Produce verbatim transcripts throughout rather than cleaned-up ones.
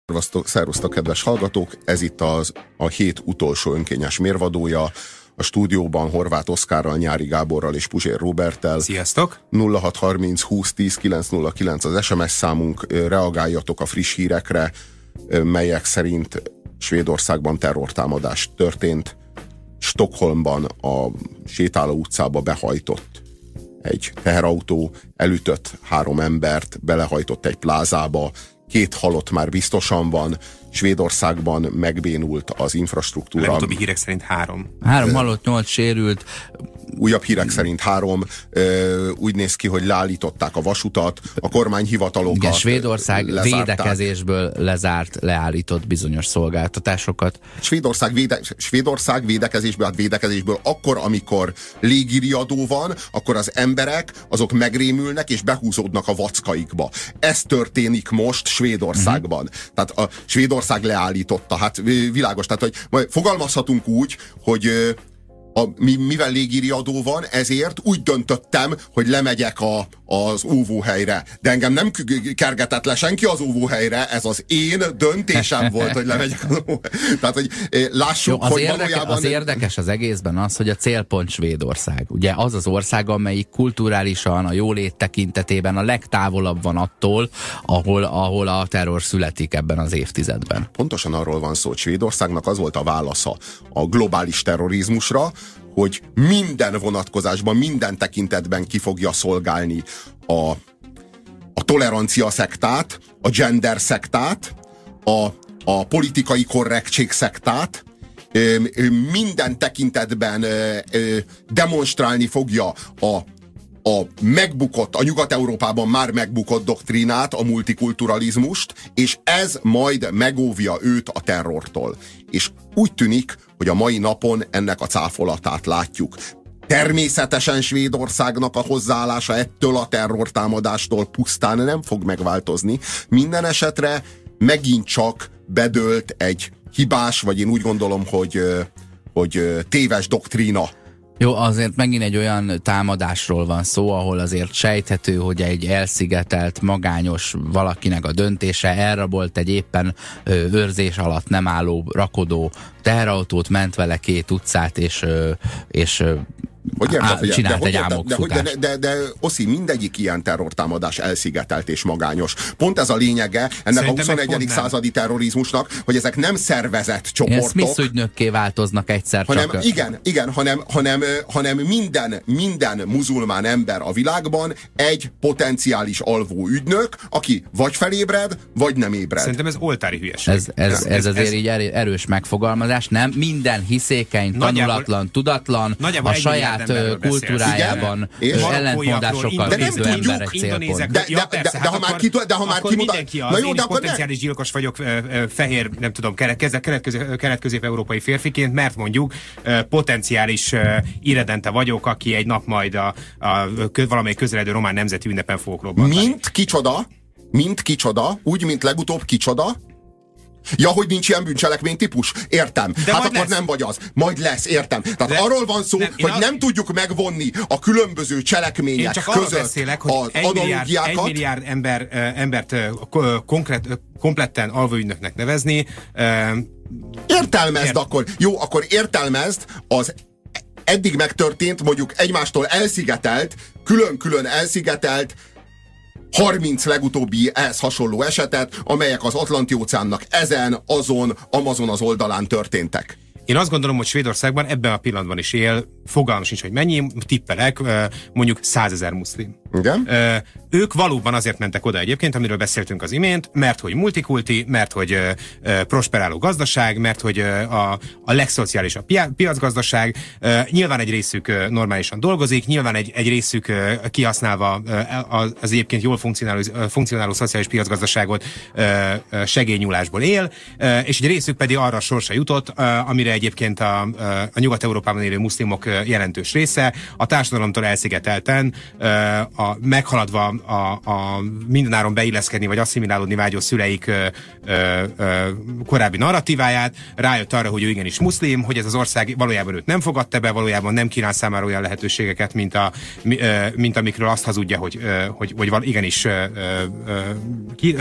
Szervusztok, kedves hallgatók! Ez itt az, a hét utolsó önkényes mérvadója. A stúdióban Horváth Oszkárral, Nyári Gáborral és Puzsér Róberttel. Sziasztok! nulla hat harminc húsz tíz kilenc nulla kilenc az es em es számunk. Reagáljatok a friss hírekre, melyek szerint Svédországban terrortámadás történt. Stockholmban a sétáló utcába behajtott egy teherautó, elütött három embert, belehajtott egy plázába, két halott már biztosan van. Svédországban megbénult az infrastruktúra. Legutóbbi hírek szerint három. Három halott, nyolc sérült. Újabb hírek szerint három. Úgy néz ki, hogy leállították a vasutat, a kormányhivatalokat. Igen, Svédország lezárták. Védekezésből lezárt, leállított bizonyos szolgáltatásokat. Svédország, véde, Svédország védekezésből, hát védekezésből akkor, amikor légiriadó van, akkor az emberek azok megrémülnek és behúzódnak a vackaikba. Ez történik most Svédországban. Mm-hmm. Tehát a Svédország leállította. Hát világos, tehát hogy majd fogalmazhatunk úgy, hogy a, mivel légiriadó van, ezért úgy döntöttem, hogy lemegyek a, az óvóhelyre. De engem nem kergetett le senki az óvóhelyre, ez az én döntésem volt, hogy lemegyek az óvóhelyre. Tehát, hogy lássuk, Jó, az hogy érdeke, valójában... Az érdekes az egészben az, hogy a célpont Svédország. Ugye az az ország, amelyik kulturálisan, a jólét tekintetében a legtávolabb van attól, ahol, ahol a terror születik ebben az évtizedben. Pontosan arról van szó, hogy Svédországnak az volt a válasza a globális terrorizmusra, hogy minden vonatkozásban, minden tekintetben ki fogja szolgálni a, a tolerancia szektát, a gender szektát, a, a politikai korrektség szektát, minden tekintetben demonstrálni fogja a a megbukott, a Nyugat-Európában már megbukott doktrínát, a multikulturalizmust, és ez majd megóvja őt a terrortól. És úgy tűnik, hogy a mai napon ennek a cáfolatát látjuk. Természetesen Svédországnak a hozzáállása ettől a terrortámadástól pusztán nem fog megváltozni. Minden esetre megint csak bedőlt egy hibás, vagy én úgy gondolom, hogy, hogy téves doktrína. Jó, azért megint egy olyan támadásról van szó, ahol azért sejthető, hogy egy elszigetelt, magányos valakinek a döntése elrabolt egy éppen ö, őrzés alatt nem álló, rakodó teherautót, ment vele két utcát, és, ö, és ö, Hogy érted, á, csinált de, egy de, álmokfutást. de, de, de, de Oszi, mindegyik ilyen terrortámadás elszigetelt és magányos. Pont ez a lényege ennek Szerintem a huszonegyedik századi terrorizmusnak, hogy ezek nem szervezett csoportok. Ilyen Smith ügynökké változnak egyszer hanem, csak. Igen, igen hanem, hanem, hanem minden, minden muzulmán ember a világban egy potenciális alvó ügynök, aki vagy felébred, vagy nem ébred. Szerintem ez oltári hülyeség. Ez, ez, ez, ez azért ez... így erős megfogalmazás, nem? Minden hiszékeny, tanulatlan, tudatlan, a saját kultúrájában és ellentmondásokkal küzdő emberek célpont. De, de, de, de ha már ki, de ha már kimutat... Mindenki az, én is potenciális gyilkos vagyok, fehér, nem tudom, kelet-közép-európai férfiként, mert mondjuk potenciális irredente vagyok, aki egy nap majd a, a valamelyik közeledő román nemzeti ünnepen fogok robbantani. Mint kicsoda, mint kicsoda, úgy, mint legutóbb kicsoda. Ja, hogy nincs ilyen bűncselekmény típus? Értem. De hát akkor lesz. Nem vagy az. Majd lesz, értem. Tehát de arról van szó, nem, hogy a... nem tudjuk megvonni a különböző cselekmények között arról beszélek, hogy az egy milliárd, egy milliárd ember, embert konkrét, kompletten alvóügynöknek nevezni. Értelmezd ért... akkor. Jó, akkor értelmezd az eddig megtörtént, mondjuk egymástól elszigetelt, külön-külön elszigetelt harminc legutóbbi ehhez hasonló esetet, amelyek az Atlanti-óceánnak ezen, azon, Amazon az oldalán történtek. Én azt gondolom, hogy Svédországban ebben a pillanatban is él, fogalmam sincs, hogy mennyi, tippelek, mondjuk százezer muszlim. Igen? Ők valóban azért mentek oda egyébként, amiről beszéltünk az imént, mert hogy multikulti, mert hogy prosperáló gazdaság, mert hogy a, a legszociálisabb piacgazdaság, nyilván egy részük normálisan dolgozik, nyilván egy, egy részük kihasználva az, az egyébként jól funkcionáló, funkcionáló szociális piacgazdaságot segélynyúlásból él, és egy részük pedig arra a sorsa jutott, amire egyébként a, a Nyugat-Európában élő muszlimok jelentős része, a társadalomtól elszigetelten, a, meghaladva a, a mindenáron beilleszkedni vagy asszimilálódni vágyó szüleik ö, ö, ö, korábbi narratíváját, rájött arra, hogy ő igenis muszlim, hogy ez az ország valójában őt nem fogadta be, valójában nem kínál számára olyan lehetőségeket, mint, a, mint amikről azt hazudja, hogy, hogy, hogy igenis ki,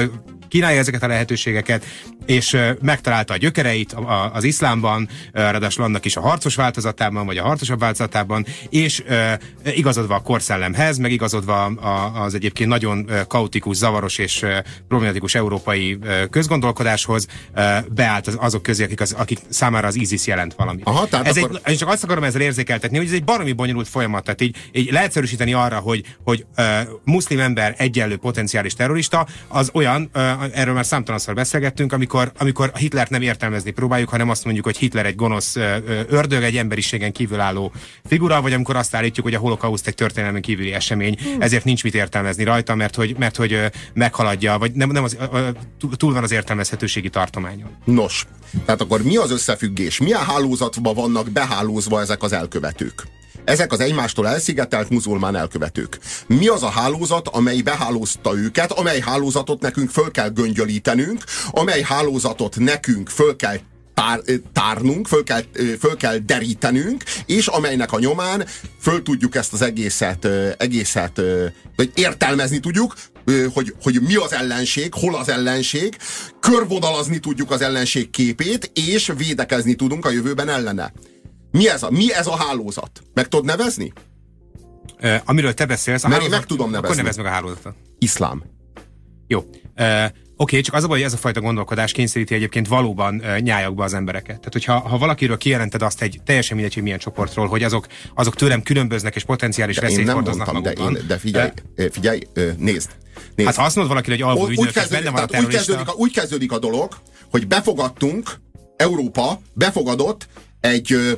kínálja ezeket a lehetőségeket, és megtalálta a gyökereit az iszlámban, ráadásul annak is a harcos változatában, vagy a harcosabb változatában, és igazodva a korszellemhez, meg igazodva az egyébként nagyon kaotikus, zavaros és problematikus európai közgondolkodáshoz beállt azok közé, akik, az, akik számára az ISIS jelent valamit. Aha, ez akkor... egy, én csak azt akarom ezzel érzékeltetni, hogy ez egy baromi bonyolult folyamat, tehát így, így leegyszerűsíteni arra, hogy, hogy uh, muszlim ember egyenlő potenciális terrorista, az olyan, uh, erről már számtalanszor beszélgettünk, amikor, amikor Hitlert nem értelmezni próbáljuk, hanem azt mondjuk, hogy Hitler egy gonosz uh, ördög, egy emberiségen kívülálló figura, vagy amikor azt állítjuk, hogy a holokauszt egy történelmen kívüli esemény, hmm. ezért nincs mit értelmezni rajta, mert hogy, mert, hogy uh, meghaladja, vagy nem, nem az, uh, túl van az értelmezhetőségi tartományon. Nos, tehát akkor mi az összefüggés? Milyen hálózatba vannak behálózva ezek az elkövetők? Ezek az egymástól elszigetelt muzulmán elkövetők. Mi az a hálózat, amely behálózta őket, amely hálózatot nekünk föl kell göngyölítenünk, amely hálózatot nekünk föl kell tár, tárnunk, föl kell, föl kell derítenünk, és amelynek a nyomán föl tudjuk ezt az egészet, egészet vagy értelmezni tudjuk, hogy, hogy mi az ellenség, hol az ellenség, körvonalazni tudjuk az ellenség képét, és védekezni tudunk a jövőben ellene. Mi ez a, mi ez a hálózat? Meg tudod nevezni? Uh, amiről te beszélsz, a Mert hálózat, én meg tudom nevezni. akkor nevezd meg a hálózatot. Iszlám. Jó. Uh, Oké, okay, csak az a baj, hogy ez a fajta gondolkodás kényszeríti egyébként valóban uh, nyájakba az embereket. Tehát, hogyha ha valakiről kijelented azt egy teljesen mindegy, hogy milyen csoportról, hogy azok, azok tőlem különböznek és potenciális veszélyt hordoznak magukban. De, én, de figyelj, uh, figyelj, uh, nézd. Nézd. Hát ha azt mondod valakire, hogy alvó ügynök, és benne van a terrorista... Úgy kezdődik a, úgy kezdődik a dolog, hogy befogadtunk, Európa befogadott egy... Uh,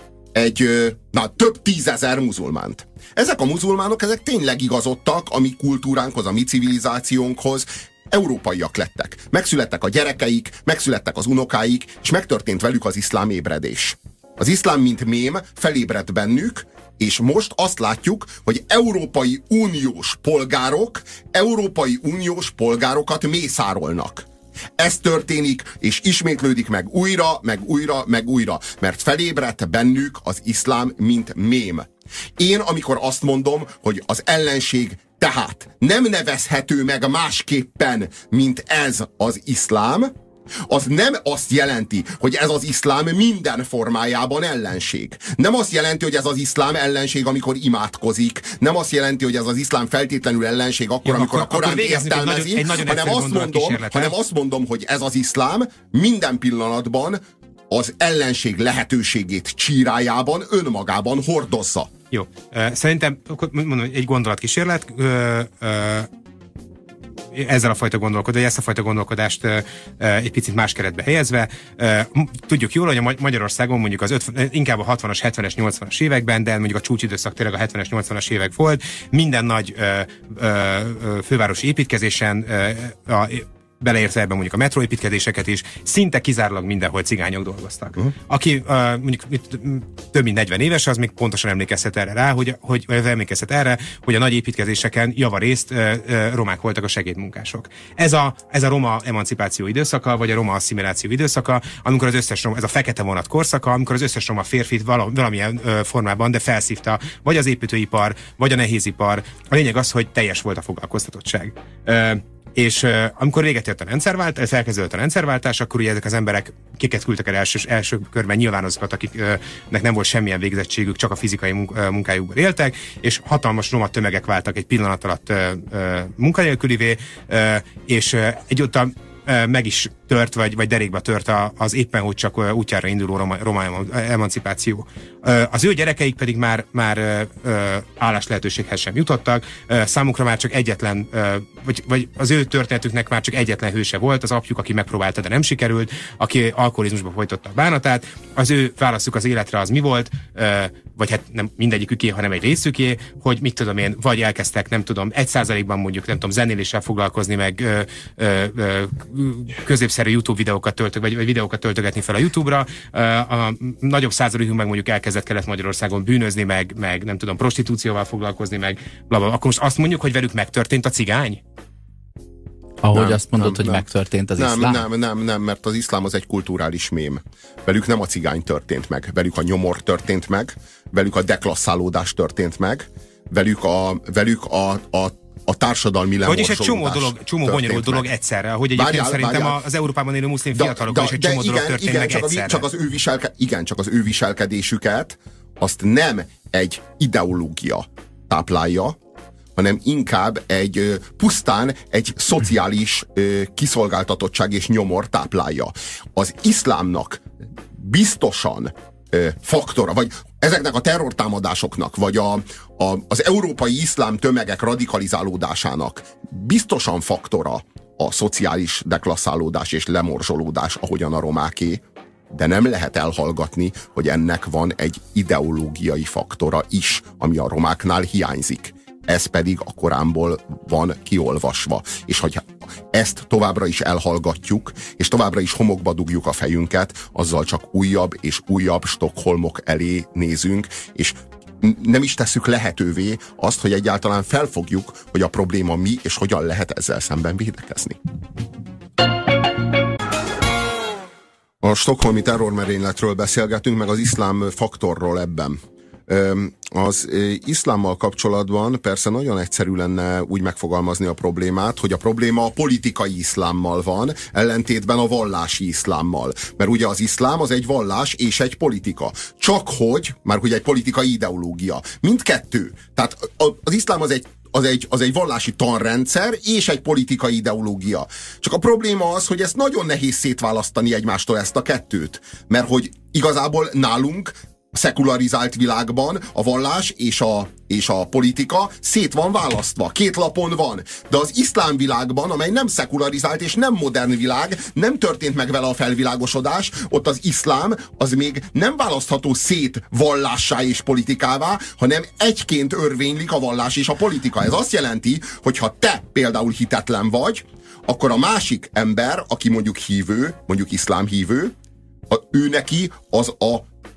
egy na, több tízezer muzulmánt. Ezek a muzulmánok, ezek tényleg igazodtak a mi kultúránkhoz, a mi civilizációnkhoz, európaiak lettek. Megszülettek a gyerekeik, megszülettek az unokáik, és megtörtént velük az iszlám ébredés. Az iszlám, mint mém, felébredt bennük, és most azt látjuk, hogy Európai Uniós polgárok, Európai Uniós polgárokat mészárolnak. Ez történik, és ismétlődik meg újra, meg újra, meg újra, mert felébredt bennük az iszlám, mint mém. Én, amikor azt mondom, hogy az ellenség tehát nem nevezhető meg másképpen, mint ez az iszlám, az nem azt jelenti, hogy ez az iszlám minden formájában ellenség. Nem azt jelenti, hogy ez az iszlám ellenség, amikor imádkozik. Nem azt jelenti, hogy ez az iszlám feltétlenül ellenség akkor, ja, amikor akkor, a Koránt értelmezi, egy nagyon, egy nagyon hanem, azt mondom, hanem azt mondom, hogy ez az iszlám minden pillanatban az ellenség lehetőségét csírájában, önmagában hordozza. Jó. Szerintem mondom, egy gondolatkísérlet. Ezzel a fajta gondolkodást, ezt a fajta gondolkodást uh, egy picit más keretbe helyezve. Uh, tudjuk jól, hogy a Magyarországon mondjuk az ötven, inkább a hatvanas, hetvenes, nyolcvanas években, de mondjuk a csúcsidőszak tényleg a hetvenes, nyolcvanas évek volt, minden nagy uh, uh, fővárosi építkezésen uh, a beleértve ebben mondjuk a metróépítkezéseket is, szinte kizárólag mindenhol cigányok dolgoztak. Uh-huh. Aki uh, mondjuk több mint negyven éves, az még pontosan emlékezhet erre rá, hogy, hogy emlékezhet erre, hogy a nagy építkezéseken javarészt uh, uh, romák voltak a segédmunkások. Ez a, ez a roma emancipáció időszaka, vagy a roma asszimiláció időszaka, amikor az összes roma, ez a fekete vonat korszaka, amikor az összes roma férfit vala, valamilyen uh, formában, de felszívta vagy az építőipar, vagy a nehézipar. A lényeg az, hogy teljes volt a foglalkoztatottság. Uh, És uh, amikor véget ért a rendszerváltás, felkezdődött a rendszerváltás, akkor ugye ezek az emberek kiket küldtek el első, első körben, nyilván azokat, akiknek nem volt semmilyen végzettségük, csak a fizikai munk, munkájukban éltek, és hatalmas roma tömegek váltak egy pillanat alatt uh, uh, munkanélkülivé, uh, és uh, egyúttal uh, meg is tört, vagy, vagy derékba tört a, az éppen, hogy csak uh, útjára induló roma, roma emancipáció. Uh, az ő gyerekeik pedig már, már uh, uh, állás lehetőséghez sem jutottak, uh, számukra már csak egyetlen, uh, vagy, vagy az ő történetüknek már csak egyetlen hőse volt, az apjuk, aki megpróbálta, de nem sikerült, aki alkoholizmusba folytotta a bánatát, az ő válaszuk az életre az mi volt, uh, vagy hát nem mindegyiküké, hanem egy részüké, hogy mit tudom én, vagy elkezdtek, nem tudom, egy százalékban mondjuk, nem tudom, zenéléssel foglalkozni, meg uh, uh, uh, középszerű YouTube videókat töltök, vagy, vagy videókat töltögetni fel a YouTube-ra, uh, a nagyobb százalékunk meg mondjuk elkezdett Kelet-Magyarországon bűnözni, meg, meg nem tudom, prostitúcióval foglalkozni, meg blablabla. Akkor most azt mondjuk, hogy velük megtörtént a cigány? Ahogy nem, azt mondod, nem, hogy nem. megtörtént az nem, iszlám? Nem, nem, nem, mert az iszlám az egy kulturális mém. Velük nem a cigány történt meg, velük a nyomor történt meg, velük a deklasszálódás történt meg, velük a, velük a, a, a társadalmi lemorzsolódás. Vagyis egy csomó dolog, csomó bonyolult dolog egyszerre, ahogy egyébként várjál, szerintem várjál. Az Európában élő muszlim fiatalokon is egy csomó igen, dolog történik igen, meg csak egyszerre. A, csak az ő viselke, igen, csak az ő viselkedésüket azt nem egy ideológia táplálja, hanem inkább egy pusztán egy szociális kiszolgáltatottság és nyomor táplálja. Az iszlámnak biztosan faktora, vagy ezeknek a terrortámadásoknak, vagy a, a, az európai iszlám tömegek radikalizálódásának biztosan faktora a szociális deklasszálódás és lemorzsolódás, ahogyan a romáké, de nem lehet elhallgatni, hogy ennek van egy ideológiai faktora is, ami a romáknál hiányzik. Ez pedig a Koránból van kiolvasva. És hogy ezt továbbra is elhallgatjuk, és továbbra is homokba dugjuk a fejünket, azzal csak újabb és újabb Stockholmok elé nézünk, és nem is tesszük lehetővé azt, hogy egyáltalán felfogjuk, hogy a probléma mi, és hogyan lehet ezzel szemben védekezni. A stockholmi terrormerényletről beszélgetünk, meg az iszlám faktorról ebben. Az iszlámmal kapcsolatban persze nagyon egyszerű lenne úgy megfogalmazni a problémát, hogy a probléma a politikai iszlámmal van, ellentétben a vallási iszlámmal. Mert ugye az iszlám az egy vallás és egy politika. Csak hogy, már hogy egy politikai ideológia. Mindkettő. Tehát az iszlám az egy Az egy, az egy vallási tanrendszer és egy politikai ideológia. Csak a probléma az, hogy ezt nagyon nehéz szétválasztani egymástól, ezt a kettőt. Mert hogy igazából nálunk a szekularizált világban a vallás és a, és a politika szét van választva, két lapon van. De az iszlám világban, amely nem szekularizált és nem modern világ, nem történt meg vele a felvilágosodás, ott az iszlám az még nem választható szét vallássá és politikává, hanem egyként örvénylik a vallás és a politika. Ez azt jelenti, hogy ha te például hitetlen vagy, akkor a másik ember, aki mondjuk hívő, mondjuk iszlám hívő, a, ő neki az a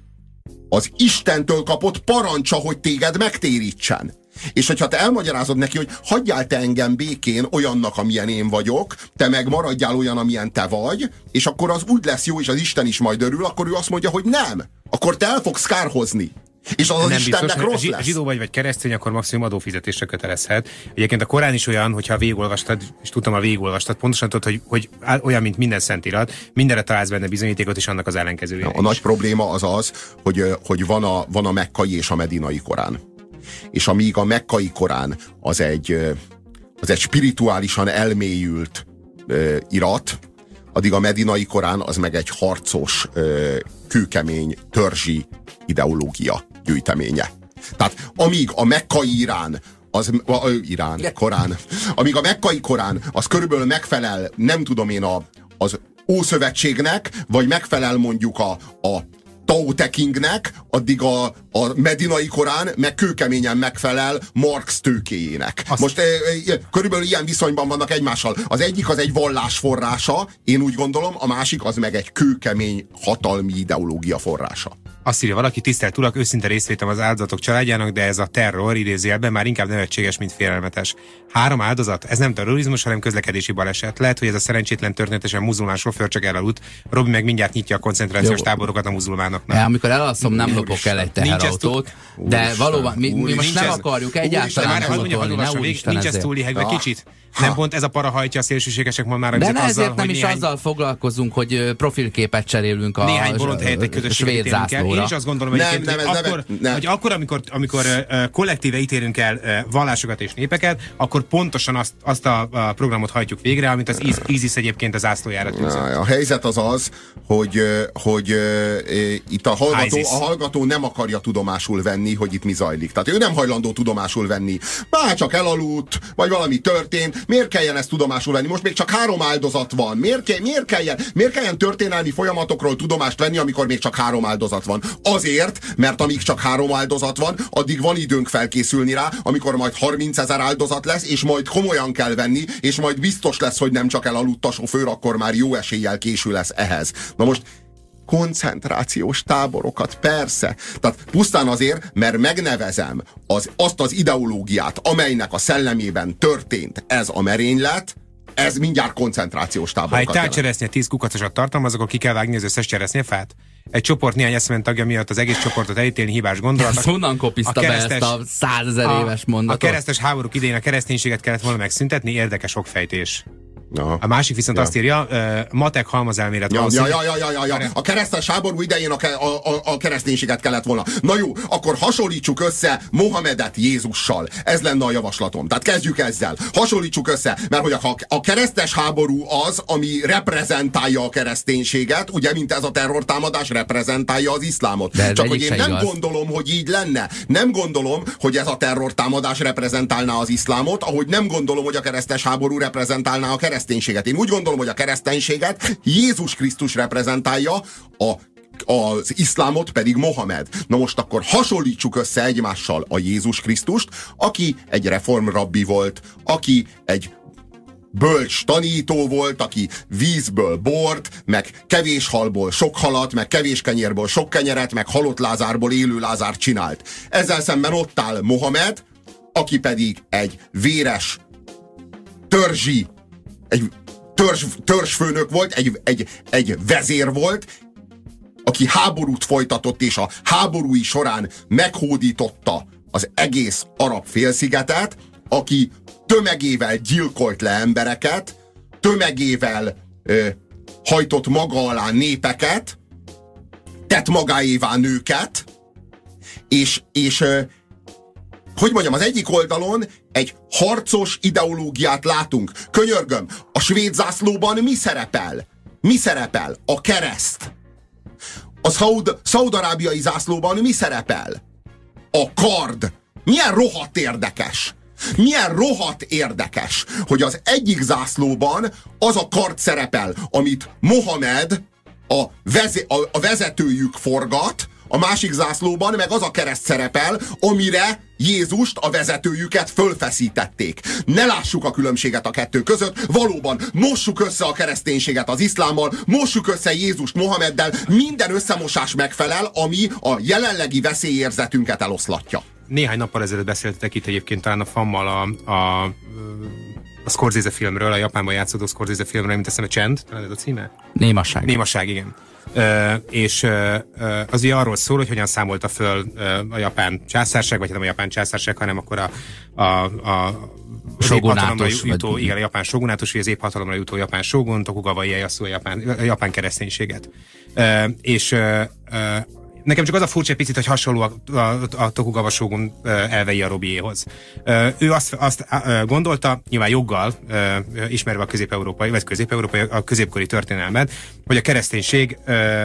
az Istentől kapott parancsa, hogy téged megtérítsen. És hogyha te elmagyarázod neki, hogy hagyjál te engem békén olyannak, amilyen én vagyok, te meg maradjál olyan, amilyen te vagy, és akkor az úgy lesz jó, és az Isten is majd örül, akkor ő azt mondja, hogy nem. Akkor te el fogsz kárhozni. És az, az nem Istennek biztos, rossz lesz. Zsidó vagy, vagy keresztény, akkor maximum adófizetésre kötelezhet. Egyébként a Korán is olyan, hogyha végigolvastad, és tudtam, a végigolvastad, pontosan tudod, hogy, hogy olyan, mint minden szentirat, mindenre találsz benne bizonyítékot, és annak az ellenkezője. A nagy probléma az az, hogy, hogy van, a, van a mekkai és a medinai Korán. És amíg a mekkai Korán az egy, az egy spirituálisan elmélyült uh, irat, addig a medinai Korán az meg egy harcos, uh, kőkemény, törzsi ideológia gyűjteménye. Tehát amíg a mekkai Irán, az, a, Irán, Korán, amíg a mekkai Korán az körülbelül megfelel, nem tudom én, a, az Ószövetségnek, vagy megfelel mondjuk a, a Tao Te Chingnek, addig a, a medinai Korán meg kőkeményen megfelel Marx tőkéjének. Azt... Most e, e, körülbelül ilyen viszonyban vannak egymással. Az egyik az egy vallás forrása, én úgy gondolom, a másik az meg egy kőkemény hatalmi ideológia forrása. Azt írja valaki, tisztelt urak, őszinte részvétem az áldozatok családjának, de ez a terror idézőjelben már inkább nevetséges, mint félelmetes. Három áldozat? Ez nem terrorizmus, hanem közlekedési baleset. Lehet, hogy ez a szerencsétlen történetesen muzulmán sofőr csak elaludt. Robi meg mindjárt nyitja a koncentrációs Jó. táborokat a muzulmánoknak. Ja, amikor elalszom, nem lopok el egy teherautót, de Úristen. valóban mi, mi most nem ez, akarjuk egyáltalán túltolni, ne úristen Nincs ez túl lihegve kicsit. Ha. Nem pont ez a para hajtja a szélsőségesek ma már. De ne ezért azzal, nem is néhány... azzal foglalkozunk, hogy profilképet cserélünk a néhány bolond helyett egy közösséget ítélünk el. Én is azt gondolom, nem, nem, hogy, akkor, nem. hogy akkor, amikor, amikor uh, kollektíve ítélünk el uh, vallásokat és népeket, akkor pontosan azt, azt a, a programot hajtjuk végre, amit az ISIS egyébként az ászlójára tűzött. A helyzet az az, hogy, hogy uh, itt a hallgató, a hallgató nem akarja tudomásul venni, hogy itt mi zajlik. Tehát ő nem hajlandó tudomásul venni. Már csak elaludt, vagy valami történt. Miért kelljen ezt tudomásul venni? Most még csak három áldozat van. Miért, ke- miért, kelljen, miért kelljen történelmi folyamatokról tudomást venni, amikor még csak három áldozat van? Azért, mert amíg csak három áldozat van, addig van időnk felkészülni rá, amikor majd harmincezer áldozat lesz, és majd komolyan kell venni, és majd biztos lesz, hogy nem csak elaludt a sofőr, akkor már jó eséllyel késő lesz ehhez. Na most koncentrációs táborokat, persze. Tehát pusztán azért, mert megnevezem az, azt az ideológiát, amelynek a szellemében történt ez a merénylet, ez mindjárt koncentrációs táborokat. Ha egy tálcseresznye tíz kukacosat tartalmaz, akkor ki kell vágni az összes cseresznyefát? egy csoport néhány eszement tagja miatt az egész csoportot elítélni hibás gondolat. Ez honnan kopiszta be ezt a százezer éves mondatot? A keresztes háborúk idején a kereszténységet kellett volna megszüntetni, érdekes okfejtés. Aha. A másik viszont ja. azt írja, uh, matek halmazelmélet. Ja, ja, ja, ja, ja, ja. A keresztes háború idején a, ke- a, a, a kereszténységet kellett volna. Na jó, akkor hasonlítsuk össze Mohamedet Jézussal. Ez lenne a javaslatom. Tehát kezdjük ezzel. Hasonlítsuk össze, mert hogy a, a keresztes háború az, ami reprezentálja a kereszténységet, ugye, mint ez a terrortámadás reprezentálja az iszlámot. Ez Csak hogy én nem igaz. gondolom, hogy így lenne. Nem gondolom, hogy ez a terrortámadás reprezentálná az iszlámot, ahogy nem gondolom, hogy a keresztes háború reprezentálná a kereszténységet. Én úgy gondolom, hogy a kereszténységet Jézus Krisztus reprezentálja, a, az iszlámot pedig Mohamed. Na most akkor hasonlítsuk össze egymással a Jézus Krisztust, aki egy reformrabbi volt, aki egy bölcs tanító volt, aki vízből bort, meg kevés halból sok halat, meg kevés kenyérből sok kenyeret, meg halott Lázárból élő Lázárt csinált. Ezzel szemben ott áll Mohamed, aki pedig egy véres törzsi egy törzs, törzsfőnök volt, egy, egy, egy vezér volt, aki háborút folytatott, és a háborúi során meghódította az egész arab félszigetet, aki tömegével gyilkolt le embereket, tömegével ö, hajtott maga alá népeket, tett magáévá nőket, és, és ö, hogy mondjam, az egyik oldalon egy harcos ideológiát látunk. Könyörgöm, a svéd zászlóban mi szerepel? Mi szerepel? A kereszt. A szaud, szaudarábiai zászlóban mi szerepel? A kard. Milyen rohadt érdekes. Milyen rohadt érdekes, hogy az egyik zászlóban az a kard szerepel, amit Mohamed, a, veze, a, a vezetőjük forgat, a másik zászlóban meg az a kereszt szerepel, amire Jézust, a vezetőjüket fölfeszítették. Ne lássuk a különbséget a kettő között, valóban mossuk össze a kereszténységet az iszlámmal, mossuk össze Jézust Mohameddel, minden összemosás megfelel, ami a jelenlegi veszélyérzetünket eloszlatja. Néhány nappal ezelőtt beszéltetek itt egyébként talán a fammal a, a, a Scorsese filmről, a Japánban játszódó Scorsese filmről, mint eszembe Csend, talán ez a címe? Némaság. Némaság, igen. Uh, és uh, az ugye arról szól, hogy hogyan számolta föl uh, a japán császárság, vagy nem a japán császárság, hanem akkor a, a, a shogunátus, jutó, vagy... igen, a japán shogunátus, vagy az épp hatalomra jutó japán shogun, Tokugawa Ieyasu a japán, a japán kereszténységet. Uh, és uh, uh, nekem csak az a furcsa picit, hogy hasonló a, a, a Tokugawa shogun elvei a Robiéhoz. Ő azt, azt gondolta, nyilván joggal, ismerve a közép-európai, vagy közép-európai, a középkori történelmet, hogy a kereszténység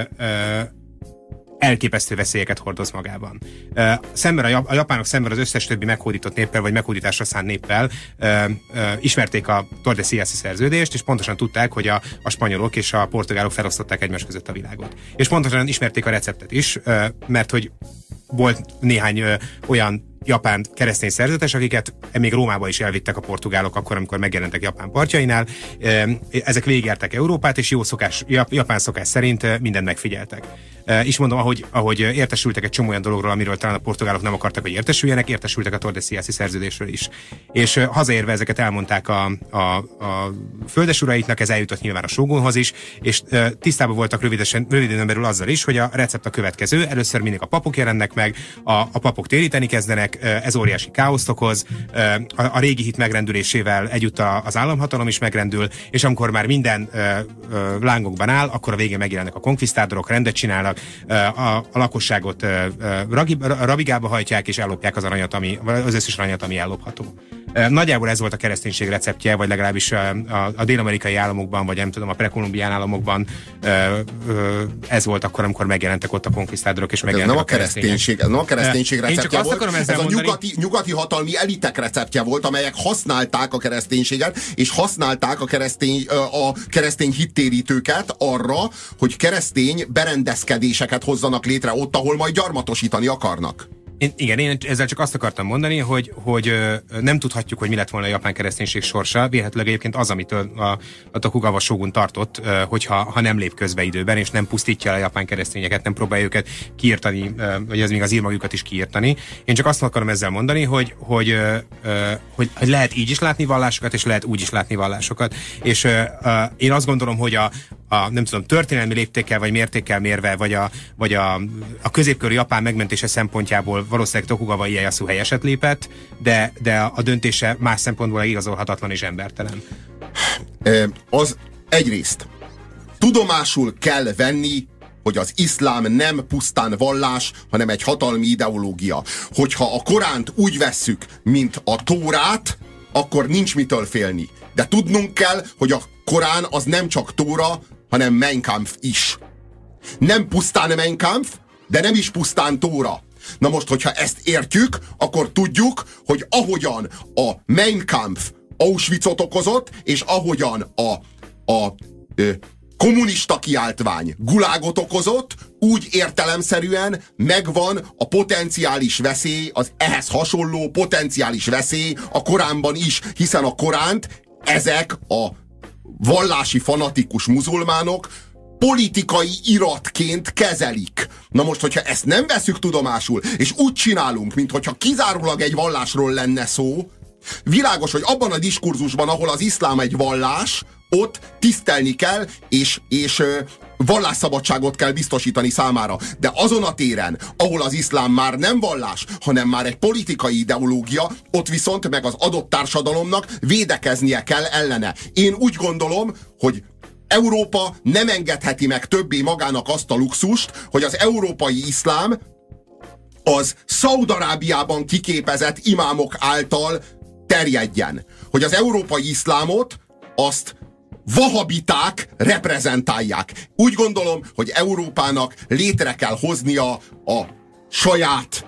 elképesztő veszélyeket hordoz magában. Uh, szemben a, a japánok szemben az összes többi meghódított néppel, vagy meghódításra szánt néppel uh, uh, ismerték a Tordesillas szerződést, és pontosan tudták, hogy a, a spanyolok és a portugálok felosztották egymás között a világot. És pontosan ismerték a receptet is, uh, mert hogy volt néhány uh, olyan japán keresztény szerzetes, akiket még Rómába is elvittek a portugálok akkor, amikor megjelentek Japán partjainál. Ezek végigjárták Európát, és jó szokás, japán szokás szerint mindent megfigyeltek. És mondom, ahogy, ahogy értesültek egy csomó olyan dologról, amiről talán a portugálok nem akartak, hogy értesüljenek, értesültek a Tordesillas szerződésről is. És hazaérve ezeket elmondták a, a, a földesuraiknak, ez eljutott nyilván a shogunhoz is, és tisztában voltak rövidesen, röviden belül azzal is, hogy a recept a következő. Először mindig a papok jelennek meg, a, a papok téríteni kezdenek, ez óriási káoszt okoz, a, a régi hit megrendülésével együtt a, az államhatalom is megrendül, és amikor már minden ö, ö, lángokban áll, akkor a végén megjelennek a konkvisztádorok, rendet csinálnak, ö, a, a lakosságot ö, ragi, rabigába hajtják, és ellopják az aranyat, ami, az összes aranyat, ami ellopható. Nagyjából ez volt a kereszténység receptje, vagy legalábbis a, a, a dél-amerikai államokban, vagy nem tudom, a prekolumbián államokban ez volt akkor, amikor megjelentek ott a konkvisztádorok, és megjelentek ez nem a, a kereszténység, ez nem a kereszténység receptje volt, ez mondani, a nyugati, nyugati hatalmi elitek receptje volt, amelyek használták a kereszténységet, és használták a keresztény, a keresztény hittérítőket arra, hogy keresztény berendezkedéseket hozzanak létre ott, ahol majd gyarmatosítani akarnak. Én, igen, én ezzel csak azt akartam mondani, hogy, hogy ö, nem tudhatjuk, hogy mi lett volna a japán kereszténység sorsa. Vélhetőleg egyébként az, amit a, a Tokugawa shogun tartott, ö, hogyha ha nem lép közbe időben, és nem pusztítja a japán keresztényeket, nem próbálja őket kiírtani, ö, vagy ez még az írmagjukat is kiírtani. Én csak azt akarom ezzel mondani, hogy, hogy, ö, ö, hogy, hogy lehet így is látni vallásokat, és lehet úgy is látni vallásokat. És ö, ö, én azt gondolom, hogy a a nem tudom, történelmi léptékkel vagy mértékkel mérve, vagy a, vagy a, a középkori Japán megmentése szempontjából valószínűleg Tokugawa Ieyasu helyeset lépett, de, de a döntése más szempontból igazolhatatlan és embertelen. Az egyrészt tudomásul kell venni, hogy az iszlám nem pusztán vallás, hanem egy hatalmi ideológia. Hogyha a Koránt úgy vesszük, mint a Tórát, akkor nincs mitől félni. De tudnunk kell, hogy a Korán az nem csak Tóra, hanem Mein Kampf is. Nem pusztán Mein Kampf, de nem is pusztán Tóra. Na most, hogyha ezt értjük, akkor tudjuk, hogy ahogyan a Mein Kampf Auschwitzot okozott, és ahogyan a, a ö, kommunista kiáltvány gulágot okozott, úgy értelemszerűen megvan a potenciális veszély, az ehhez hasonló potenciális veszély a Koránban is, hiszen a Koránt ezek a vallási fanatikus muzulmánok politikai iratként kezelik. Na most, hogyha ezt nem veszük tudomásul, és úgy csinálunk, minthogyha kizárólag egy vallásról lenne szó, világos, hogy abban a diskurzusban, ahol az iszlám egy vallás, ott tisztelni kell, és, és vallásszabadságot kell biztosítani számára. De azon a téren, ahol az iszlám már nem vallás, hanem már egy politikai ideológia, ott viszont meg az adott társadalomnak védekeznie kell ellene. Én úgy gondolom, hogy Európa nem engedheti meg többé magának azt a luxust, hogy az európai iszlám az Szaúd-Arábiában kiképezett imámok által terjedjen. Hogy az európai iszlámot azt vahabiták reprezentálják. Úgy gondolom, hogy Európának létre kell hoznia a saját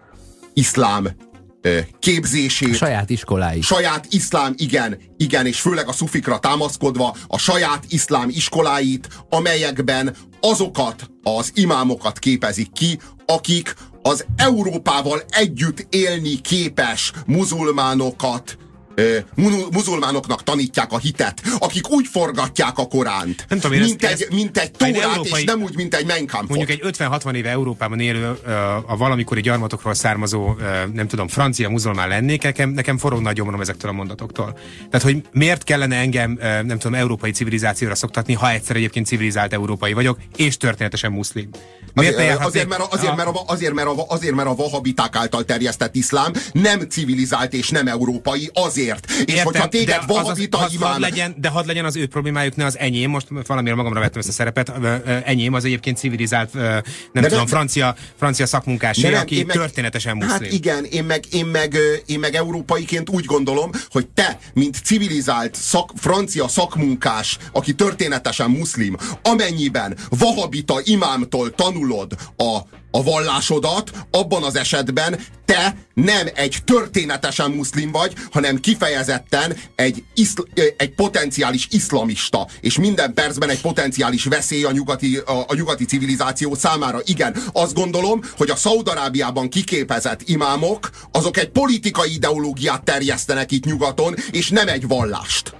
iszlám képzését. A saját iskoláit. Saját iszlám, igen, igen, és főleg a szufikra támaszkodva a saját iszlám iskoláit, amelyekben azokat az imámokat képezik ki, akik az Európával együtt élni képes muzulmánokat muzulmánoknak tanítják a hitet, akik úgy forgatják a Koránt, nem tudom, mint, ez, egy, ez, mint egy Tórát, európai, és nem úgy, mint egy Mein Kampfot. Mondjuk egy ötven-hatvan éve Európában élő, a valamikori gyarmatokról származó, nem tudom, francia muzulmán lennék, nekem, nekem forog nagy gyomrom ezektől a mondatoktól. Tehát, hogy miért kellene engem, nem tudom, európai civilizációra szoktatni, ha egyszer egyébként civilizált európai vagyok, és történetesen muszlim. Miért azért, azért, mert a, azért, mert a, azért, mert a, azért, mert a vahabiták által terjesztett iszlám nem civilizált és nem európai, azért. És értem, hogyha téged de vahabita az, az, imám... Had legyen, de hadd legyen az ő problémájuk, ne az enyém, most valamiért magamra vettem ezt a szerepet, enyém az egyébként civilizált, nem de tudom, de, francia, francia szakmunkásé, nem, aki meg, történetesen muszlim. Hát igen, én meg, én, meg, én meg európaiként úgy gondolom, hogy te, mint civilizált szak, francia szakmunkás, aki történetesen muszlim, amennyiben vahabita imámtól tanulod a a vallásodat, abban az esetben te nem egy történetesen muszlim vagy, hanem kifejezetten egy, iszl, egy potenciális iszlamista, és minden percben egy potenciális veszély a nyugati, a, a nyugati civilizáció számára. Igen, azt gondolom, hogy a Szaúd-Arábiában kiképezett imámok, azok egy politikai ideológiát terjesztenek itt nyugaton, és nem egy vallást.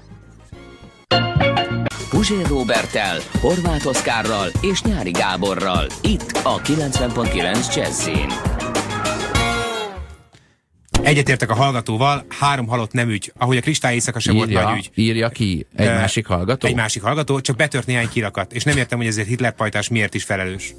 Puzsér Róberttel, Horváth Oszkárral és Nyári Gáborral. Itt a kilencven pont kilenc Jazzin. Egyetértek a hallgatóval, három halott nem ügy. Ahogy a kristály éjszaka sem volt nagy ügy. Írja ki egy uh, másik hallgató? Egy másik hallgató, csak betört néhány kirakat. És nem értem, hogy ezért Hitler pajtás miért is felelős.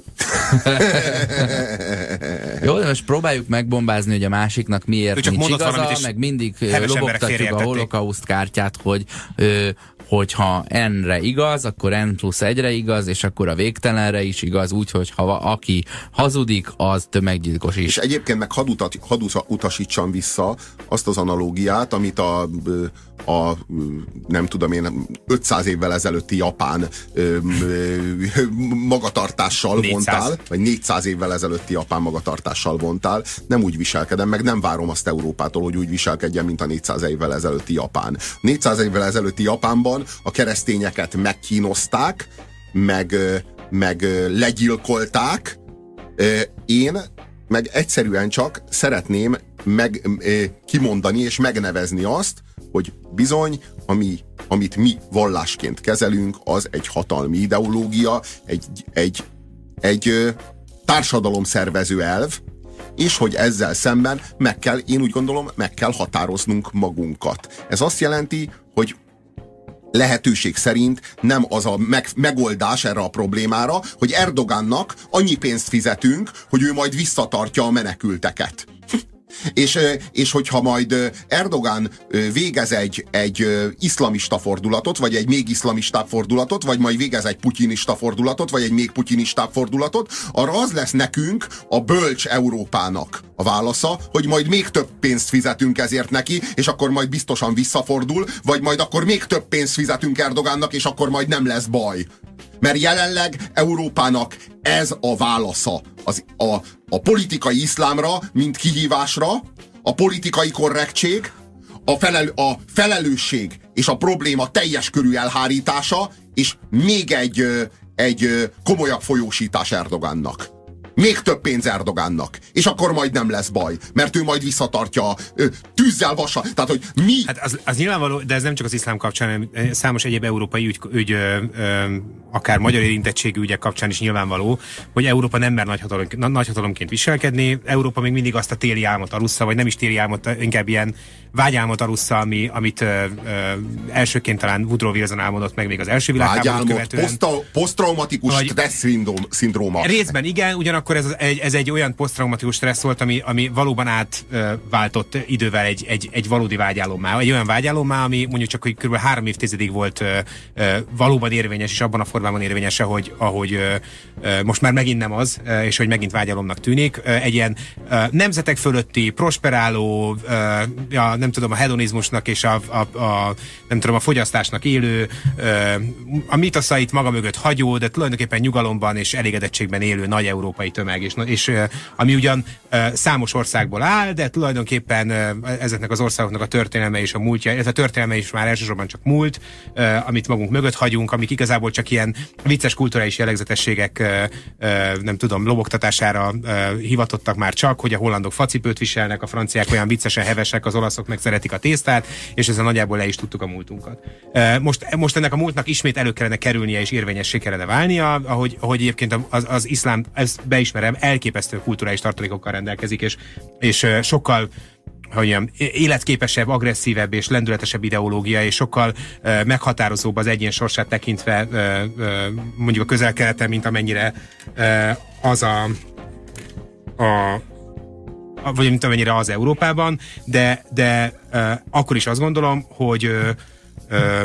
Jó, de most próbáljuk megbombázni, hogy a másiknak miért nincs igaza, meg mindig lobogtatjuk a holokauszt kártyát, hogy ö, hogyha N-re igaz, akkor N plusz egyre igaz, és akkor a végtelenre is igaz, úgyhogy ha aki hazudik, az tömeggyilkos is. És egyébként meg hadd, utat, hadd utasítsam vissza azt az analógiát, amit a, a nem tudom én, ötszáz évvel ezelőtti japán ö, ö, magatartással négyszáz vontál, vagy négyszáz évvel ezelőtti japán magatartással vontál. Nem úgy viselkedem, meg nem várom azt Európától, hogy úgy viselkedjen, mint a négyszáz évvel ezelőtti Japán. négyszáz évvel ezelőtti Japánban a keresztényeket megkínozták, meg, meg legyilkolták. Én meg egyszerűen csak szeretném meg, kimondani és megnevezni azt, hogy bizony, ami, amit mi vallásként kezelünk, az egy hatalmi ideológia, egy, egy, egy társadalomszervező elv, és hogy ezzel szemben meg kell, én úgy gondolom, meg kell határoznunk magunkat. Ez azt jelenti, hogy lehetőség szerint nem az a meg, megoldás erre a problémára, hogy Erdogánnak annyi pénzt fizetünk, hogy ő majd visszatartja a menekülteket. És, és hogyha majd Erdogán végez egy, egy iszlamista fordulatot, vagy egy még iszlamistább fordulatot, vagy majd végez egy putyinista fordulatot, vagy egy még putyinistább fordulatot, arra az lesz nekünk, a bölcs Európának a válasza, hogy majd még több pénzt fizetünk ezért neki, és akkor majd biztosan visszafordul, vagy majd akkor még több pénzt fizetünk Erdogánnak, és akkor majd nem lesz baj. Mert jelenleg Európának ez a válasza az, a, a politikai iszlámra, mint kihívásra, a politikai korrektség, a, felel, a felelősség és a probléma teljes körű elhárítása, és még egy, egy komolyabb folyósítás Erdogánnak. Még több pénz Erdogánnak. És akkor majd nem lesz baj. Mert ő majd visszatartja ö, tűzzel, vassal. Tehát, hogy mi... Hát az, az nyilvánvaló, de ez nem csak az iszlám kapcsán, hanem számos egyéb európai ügy, ügy ö, ö, akár magyar érintettségű ügyek kapcsán is nyilvánvaló, hogy Európa nem mer nagyhatalom, nagyhatalomként viselkedni. Európa még mindig azt a téli álmot alussza, vagy nem is téli álmot, inkább ilyen vágyálmot alussza, ami, amit ö, ö, elsőként talán Woodrow Wilson álmodott meg még az első világháborút követően. Posztraumatikus stressz szindróma. Részben igen, ugyanakkor ez, egy, ez egy olyan posztraumatikus stressz volt, ami, ami valóban átváltott idővel egy, egy, egy valódi vágyálommá. Egy olyan vágyálommá, ami mondjuk csak hogy kb. három évtizedig volt ö, ö, valóban érvényes, és abban a formában érvényes, ahogy, ahogy ö, ö, most már megint nem az, ö, és hogy megint vágyálomnak tűnik. Ö, egy ilyen ö, nemzetek fölötti, prosperáló, ö, ja, nem tudom, a hedonizmusnak és a, a, a, nem tudom, a fogyasztásnak élő, ö, a mitoszait maga mögött hagyó, de tulajdonképpen nyugalomban és elégedettségben élő nagy európai tömeg, és, és ami ugyan számos országból áll, de tulajdonképpen ezeknek az országoknak a történelme és a múltja, illetve a történelme is már elsősorban csak múlt, amit magunk mögött hagyunk, amik igazából csak ilyen vicces kulturális jellegzetességek, nem tudom, lobogtatására hivatottak már csak, hogy a hollandok facipőt viselnek, a franciák olyan viccesen hevesek, az olaszok meg szeretik a tésztát, és ezzel nagyjából le is tudtuk a múltunkat. Most, most ennek a múltnak ismét elő kellene kerülnie és érvényessé kellene válnia, ahogy, ahogy egyébként az, az iszlám, ezt beismerem, elképesztő kulturális tartalékokkal rendelkezik, és, és sokkal hogy mondjam, életképesebb, agresszívebb és lendületesebb ideológia, és sokkal uh, meghatározóbb az egyén sorsát tekintve uh, uh, mondjuk a Közel-Keleten, mint amennyire uh, az a, a vagy mint amennyire az Európában, de, de uh, akkor is azt gondolom, hogy uh, uh,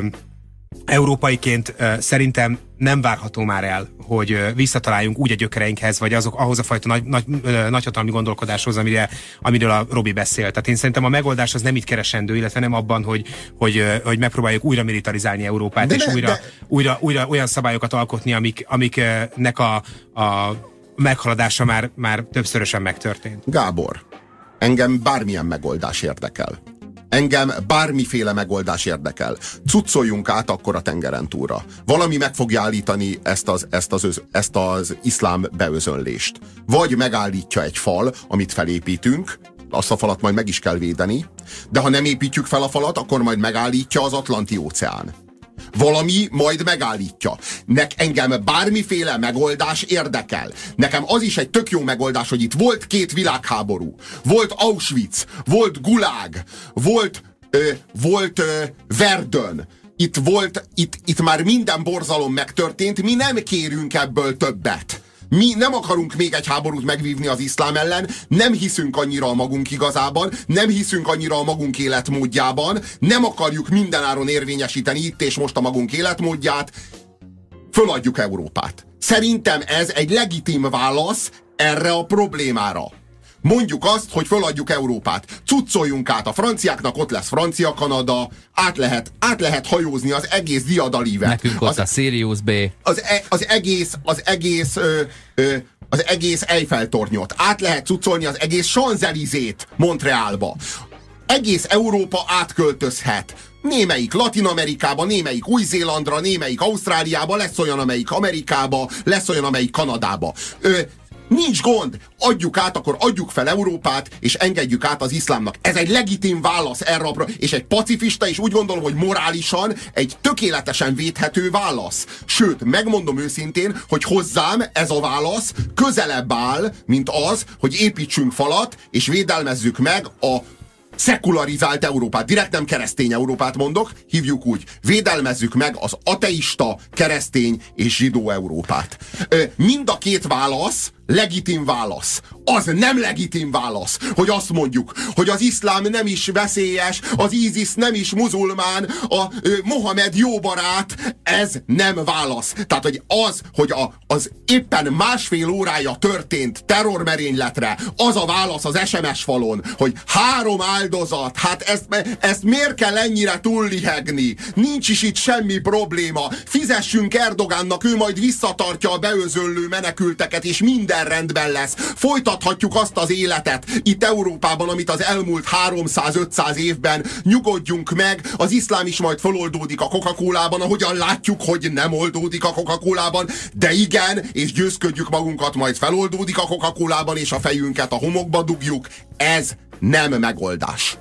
európaiként uh, szerintem nem várható már el, hogy uh, visszataláljunk úgy a gyökereinkhez, vagy azok, ahhoz a fajta nagy, nagy, uh, nagyhatalmi gondolkodáshoz, amire, amiről a Robi beszélt. Tehát én szerintem a megoldás az nem itt keresendő, illetve nem abban, hogy, hogy, uh, hogy megpróbáljuk újra militarizálni Európát, de és ne, újra, de... újra, újra olyan szabályokat alkotni, amik, amiknek a, a meghaladása már, már többszörösen megtörtént. Gábor, engem bármilyen megoldás érdekel. Engem bármiféle megoldás érdekel. Cuccoljunk át akkor a tengeren túlra. Valami meg fogja állítani ezt az, ezt az, ezt az iszlám beözönlést. Vagy megállítja egy fal, amit felépítünk, azt a falat majd meg is kell védeni, de ha nem építjük fel a falat, akkor majd megállítja az Atlanti-óceán. Valami majd megállítja. Nek engem bármiféle megoldás érdekel. Nekem az is egy tök jó megoldás, hogy itt volt két világháború. Volt Auschwitz, volt Gulag, volt, ö, volt ö, Verdun. Itt volt, itt, itt már minden borzalom megtörtént, mi nem kérünk ebből többet. Mi nem akarunk még egy háborút megvívni az iszlám ellen, nem hiszünk annyira a magunk igazában, nem hiszünk annyira a magunk életmódjában, nem akarjuk mindenáron érvényesíteni itt és most a magunk életmódját, föladjuk Európát. Szerintem ez egy legitim válasz erre a problémára. Mondjuk azt, hogy föladjuk Európát. Cuccoljunk át. A franciáknak ott lesz Francia Kanada, át lehet, át lehet hajózni az egész diadalívet. Nekünk ott az, a Sirius B. Az, e, az egész, az egész, ö, ö, az egész Eiffel-tornyot. Át lehet cuccolni az egész Champs-Élysées Montrealba. Egész Európa átköltözhet. Némelyik Latin-Amerikába, némelyik Új-Zélandra, némelyik Ausztráliába, lesz olyan, amelyik Amerikába, lesz olyan, amelyik Kanadába. Ö, Nincs gond, adjuk át, akkor adjuk fel Európát, és engedjük át az iszlámnak. Ez egy legitim válasz erre a pro- és egy pacifista, és úgy gondolom, hogy morálisan egy tökéletesen védhető válasz. Sőt, megmondom őszintén, hogy hozzám ez a válasz közelebb áll, mint az, hogy építsünk falat, és védelmezzük meg a szekularizált Európát, direkt nem keresztény Európát mondok, hívjuk úgy, védelmezzük meg az ateista, keresztény és zsidó Európát. Mind a két válasz legitim válasz. Az nem legitim válasz, hogy azt mondjuk, hogy az iszlám nem is veszélyes, az ISIS nem is muzulmán, a ö, Mohamed jó barát, ez nem válasz. Tehát, hogy az, hogy a, az éppen másfél órája történt terrormerényletre, az a válasz az es em es falon, hogy három áldozat, hát ezt, ezt miért kell ennyire túllihegni? Nincs is itt semmi probléma. Fizessünk Erdogánnak, ő majd visszatartja a beözöllő menekülteket, és minden rendben lesz. Folytathatjuk azt az életet itt Európában, amit az elmúlt háromszáz-ötszáz évben. Nyugodjunk meg, az iszlám is majd feloldódik a Coca-Colában, ahogyan látjuk, hogy nem oldódik a Coca-Colában, de igen, és győzködjük magunkat, majd feloldódik a Coca-Colában, és a fejünket a homokba dugjuk. Ez nem megoldás.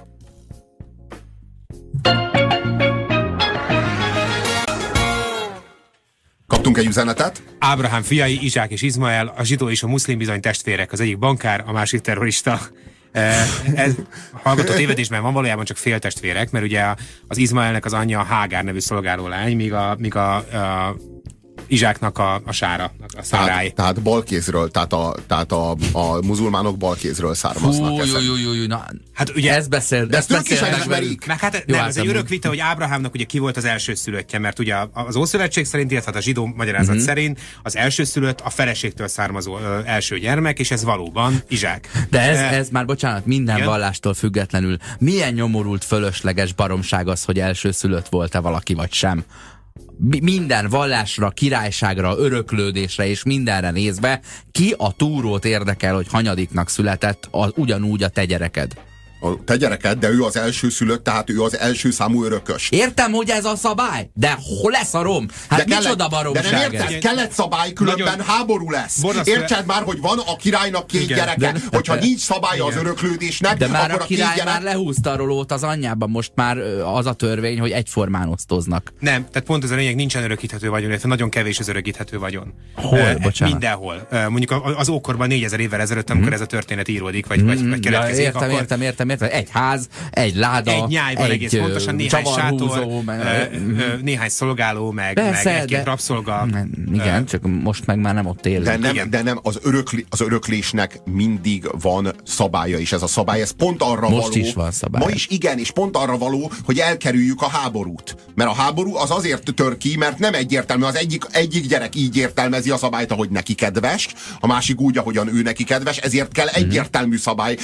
Kaptunk egy üzenetet? Ábrahám fiai, Izsák és Izmael, a zsidó és a muszlim bizony testvérek, az egyik bankár, a másik terrorista. Ez hallgató tévedésben van, valójában csak féltestvérek, mert ugye az Izmaelnek az anyja a Hágár nevű szolgárólány, míg a, míg a, a Izsáknak a, a sára, a szárály. Tehát, tehát balkézről, tehát, a, tehát a, a muzulmánok balkézről származnak. Hú, jó, jó, jó, na, hát ugye ezt beszél, de ezt ők is beszélnek elismerik. Meg hát jó, nem, hát ez egy örök vita, hogy Ábrahámnak ugye ki volt az elsőszülöttje, mert ugye az Ószövetség szerint, illetve a zsidó magyarázat uh-huh. szerint az elsőszülött a feleségtől származó ö, első gyermek, és ez valóban Izsák. De ez, ez már, bocsánat, minden igen? vallástól függetlenül. Milyen nyomorult, fölösleges baromság az, hogy elsőszülött volt-e valaki, vagy sem? Minden vallásra, királyságra, öröklődésre és mindenre nézve, ki a túrót érdekel, hogy hanyadiknak született az, ugyanúgy a te gyereked? A te gyereked, de ő az első szülött, tehát ő az első számú örökös. Értem, hogy ez a szabály, de hol lesz a rom? Hát de micsoda baromság. De nem érted, kellett szabály, különben nagyon háború lesz. Borrasz, értsed már, hogy van a királynak két igen, gyereke. De, hogyha de, nincs szabálya igen. az öröklődésnek, de már akkor a király a gyerek... már lehúzta a rolót az anyjában, most már az a törvény, hogy egyformán osztoznak. Nem, tehát pont ez a lényeg, nincsen örökíthető vagyon, illetve nagyon kevés az örökíthető vagyon. Hol, uh, bocsánat? Mindenhol. Uh, mondjuk az ókorban négyezer évvel ezelőtt, amikor mm. ez a történet íródik, vagy, mm. vagy, vagy keletkezik. Ja, értem, akkor... értem, értem, értem, egy ház, egy láda, egy nyáj van, egész pontosan, néhány sátor, meg, ö, ö, néhány szolgáló, meg, persze, meg egy-két rabszolga. Igen, ö, csak most meg már nem ott élünk. De nem, de nem az, öröklé, az öröklésnek mindig van szabálya is. Ez a szabály, ez pont arra most való. Is van szabály. Ma is igen, és pont arra való, hogy elkerüljük a háborút. Mert a háború az azért tör ki, mert nem egyértelmű. Az egyik, egyik gyerek így értelmezi a szabályt, ahogy neki kedves, a másik úgy, ahogyan ő neki kedves, ezért kell egyértelmű szabály.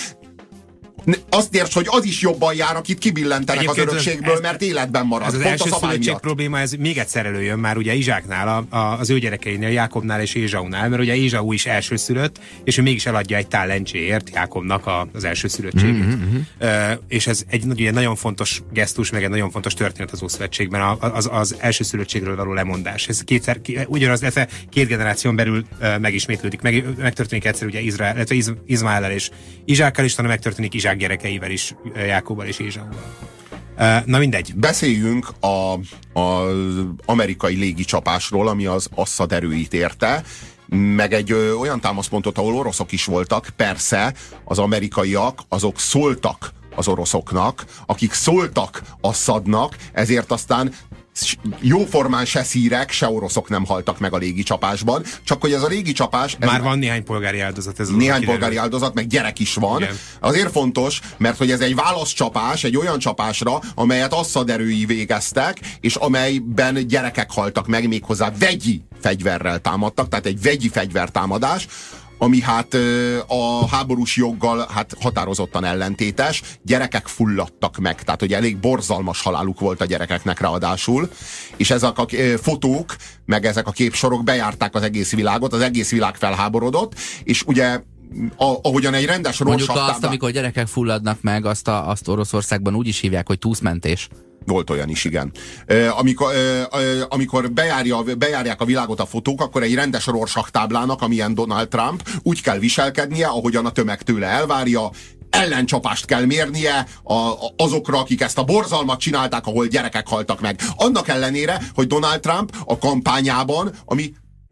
Azt érts, hogy az is jobban jár, akit kibillentenek egyébként az örökségből, ez, mert életben marad. Ez az első szülöttség probléma, ez még egyszer előjön már ugye Izsáknál, a, a, az ő gyerekeinél, Jákobnál és Ézsaunál, mert ugye Ézsau is elsőszülött, és ő mégis eladja egy tál lencséért Jákobnak a, az elsőszülöttségét. Mm-hmm. Uh, és ez egy ugye, nagyon fontos gesztus, meg egy nagyon fontos történet az Ószövetségben, az, az elsőszülöttségről való lemondás. Ez kétszer, ugyanaz, ez két generáción belül uh, megismétlődik, meg, megtörténik egyszer ugye Izrael, illetve Iz, Izmaellel és Izsákkal is, tanul megtörténik Izsák gyerekeivel is, Jákobbal és Ézsauval. Na mindegy. Beszéljünk a, az amerikai légicsapásról, ami az Assad erőit érte, meg egy ö, olyan támaszpontot, ahol oroszok is voltak. Persze az amerikaiak azok szóltak az oroszoknak, akik szóltak Assadnak, ezért aztán jóformán se szírek, se oroszok nem haltak meg a légicsapásban, csak hogy ez a légicsapás... Ez már van néhány polgári áldozat. Ez néhány polgári áldozat, meg gyerek is van. Igen. Azért fontos, mert hogy ez egy válaszcsapás, egy olyan csapásra, amelyet Assad erői végeztek, és amelyben gyerekek haltak meg, méghozzá vegyi fegyverrel támadtak, tehát egy vegyi fegyvertámadás, ami hát a háborús joggal hát határozottan ellentétes, gyerekek fulladtak meg, tehát hogy elég borzalmas haláluk volt a gyerekeknek ráadásul, és ezek a fotók, meg ezek a képsorok bejárták az egész világot, az egész világ felháborodott, és ugye A, ahogyan egy rendes Mondjuk rosszak... azt, amikor gyerekek fulladnak meg, azt, a, azt Oroszországban úgy is hívják, hogy túszmentés. Volt olyan is, igen. E, amikor e, amikor bejárja, bejárják a világot a fotók, akkor egy rendes Rorschach-táblának, amilyen Donald Trump, úgy kell viselkednie, ahogyan a tömeg tőle elvárja, ellencsapást kell mérnie a, a, azokra, akik ezt a borzalmat csinálták, ahol gyerekek haltak meg. Annak ellenére, hogy Donald Trump a kampányában, ami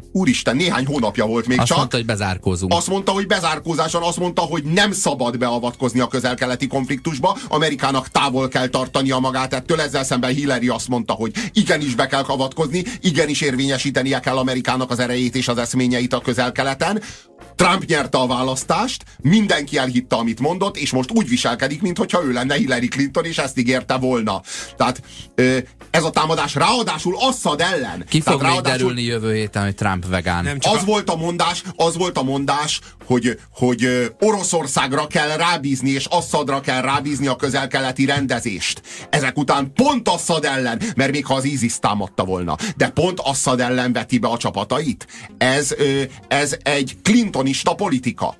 úristen, néhány hónapja volt még azt csak. Azt mondta, hogy bezárkózunk. Azt mondta, hogy bezárkózáson, azt mondta, hogy nem szabad beavatkozni a közel-keleti konfliktusba, Amerikának távol kell tartania magát ettől, ezzel szemben Hillary azt mondta, hogy igenis be kell avatkozni, igenis érvényesítenie kell Amerikának az erejét és az eszményeit a közel-keleten. Trump nyerte a választást, mindenki elhitte, amit mondott, és most úgy viselkedik, mintha ő lenne Hillary Clinton, és ezt ígérte volna. Tehát ez a támadás ráadásul Assad ellen. Ki fog Tehát még derülni jövő héten, hogy Trump vegán? Nem, az a... volt a mondás, az volt a mondás, hogy, hogy Oroszországra kell rábízni, és Assadra kell rábízni a közel-keleti rendezést. Ezek után pont Assad ellen, mert még ha az ISIS támadta volna, de pont Assad ellen veti be a csapatait. Ez, ez egy clintonista politika.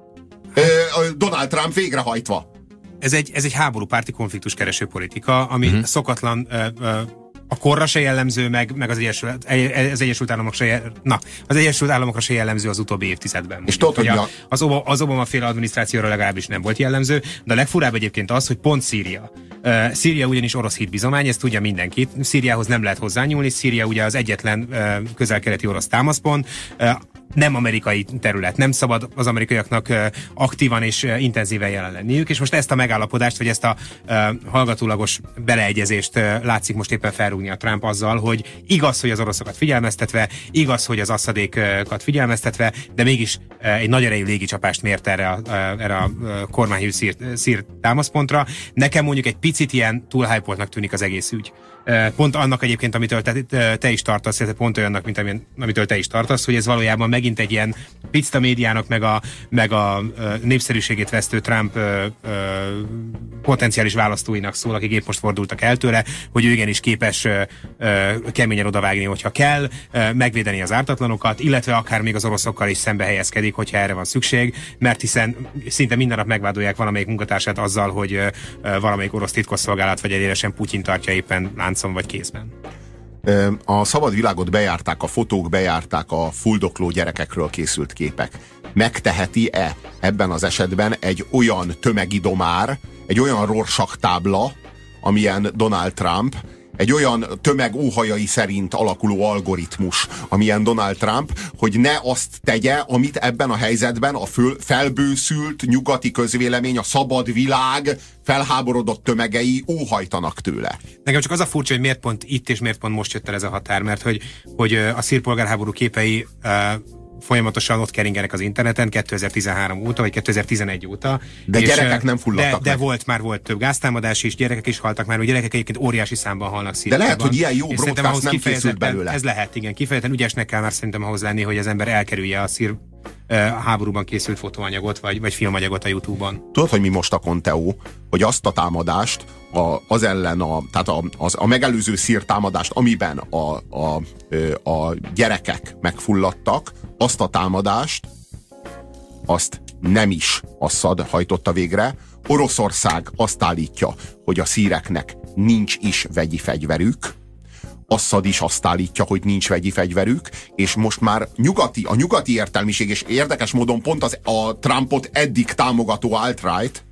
Donald Trump végrehajtva. Ez egy, ez egy háborúpárti konfliktus kereső politika, ami uh-huh. szokatlan, ö, ö, a korra se jellemző, meg, meg az, Egyesült, az Egyesült Államok se, na, az Egyesült Államokra se jellemző az utóbbi évtizedben. És tudod, hogy a, az, Obama, az Obama féle adminisztrációra legalábbis nem volt jellemző, de a legfurább egyébként az, hogy pont Szíria. Uh, Szíria ugyanis orosz hitbizomány, ezt tudja mindenki. Szíriához nem lehet hozzányúlni, Szíria ugye az egyetlen uh, közel-keleti orosz támaszpont, uh, nem amerikai terület, nem szabad az amerikaiaknak uh, aktívan és uh, intenzíven jelen lenniük, és most ezt a megállapodást, vagy ezt a uh, hallgatólagos beleegyezést uh, látszik most éppen felrúgni a Trump azzal, hogy igaz, hogy az oroszokat figyelmeztetve, igaz, hogy az asszadékat figyelmeztetve, de mégis uh, egy nagy erejű légicsapást mért erre a, uh, erre a uh, kormányhű szír, szír támaszpontra. Nekem mondjuk egy picit ilyen túlhypoltnak tűnik az egész ügy. Pont annak egyébként, amitől te, te is tartasz, illetve pont olyannak, mint amilyen, amitől te is tartasz, hogy ez valójában megint egy ilyen picta médiának, meg a, meg a népszerűségét vesztő Trump ö, ö, potenciális választóinak szól, akik épp most fordultak el tőle, hogy ő igenis képes ö, ö, keményen odavágni, hogyha kell, ö, megvédeni az ártatlanokat, illetve akár még az oroszokkal is szembe helyezkedik, hogyha erre van szükség, mert hiszen szinte minden nap megvádolják valamelyik munkatársát azzal, hogy ö, valamelyik orosz titkosszolgálat vagy egyenesen Putyin tartja éppen láncon vagy kézben. A szabad világot bejárták, a fotók bejárták a fuldokló gyerekekről készült képek. Megteheti-e ebben az esetben egy olyan tömegidomár, egy olyan Rorschach tábla, amilyen Donald Trump, egy olyan tömeg óhajai szerint alakuló algoritmus, amilyen Donald Trump, hogy ne azt tegye, amit ebben a helyzetben a föl, felbőszült nyugati közvélemény, a szabad világ felháborodott tömegei óhajtanak tőle. Nekem csak az a furcsa, hogy miért pont itt és miért pont most jött el ez a határ, mert hogy, hogy a szír polgárháború képei uh, folyamatosan ott keringenek az interneten kétezer-tizenhárom óta, vagy kétezer-tizenegy óta. De és gyerekek nem fulladtak De, meg. de volt már volt több gáztámadás is, gyerekek is haltak már, hogy gyerekek egyébként óriási számban halnak Szíriában. De lehet, hogy ilyen jó broadcast nem készült belőle. Ez lehet, igen. Kifejezetten ügyesnek kell már szerintem ahhoz lenni, hogy az ember elkerülje a szír uh, háborúban készült fotóanyagot, vagy, vagy filmanyagot a YouTube-on. Tudod, hogy mi most a konteó? Hogy azt a támadást, a, az ellen, a, tehát a, az, a megelőző szír támadást, amiben a, a, a gyerekek megfulladtak, azt a támadást, azt nem is Assad hajtotta végre. Oroszország azt állítja, hogy a szíreknek nincs is vegyi fegyverük, Assad is azt állítja, hogy nincs vegyi fegyverük, és most már nyugati, a nyugati értelmiség, és érdekes módon pont az, a Trumpot eddig támogató alt-right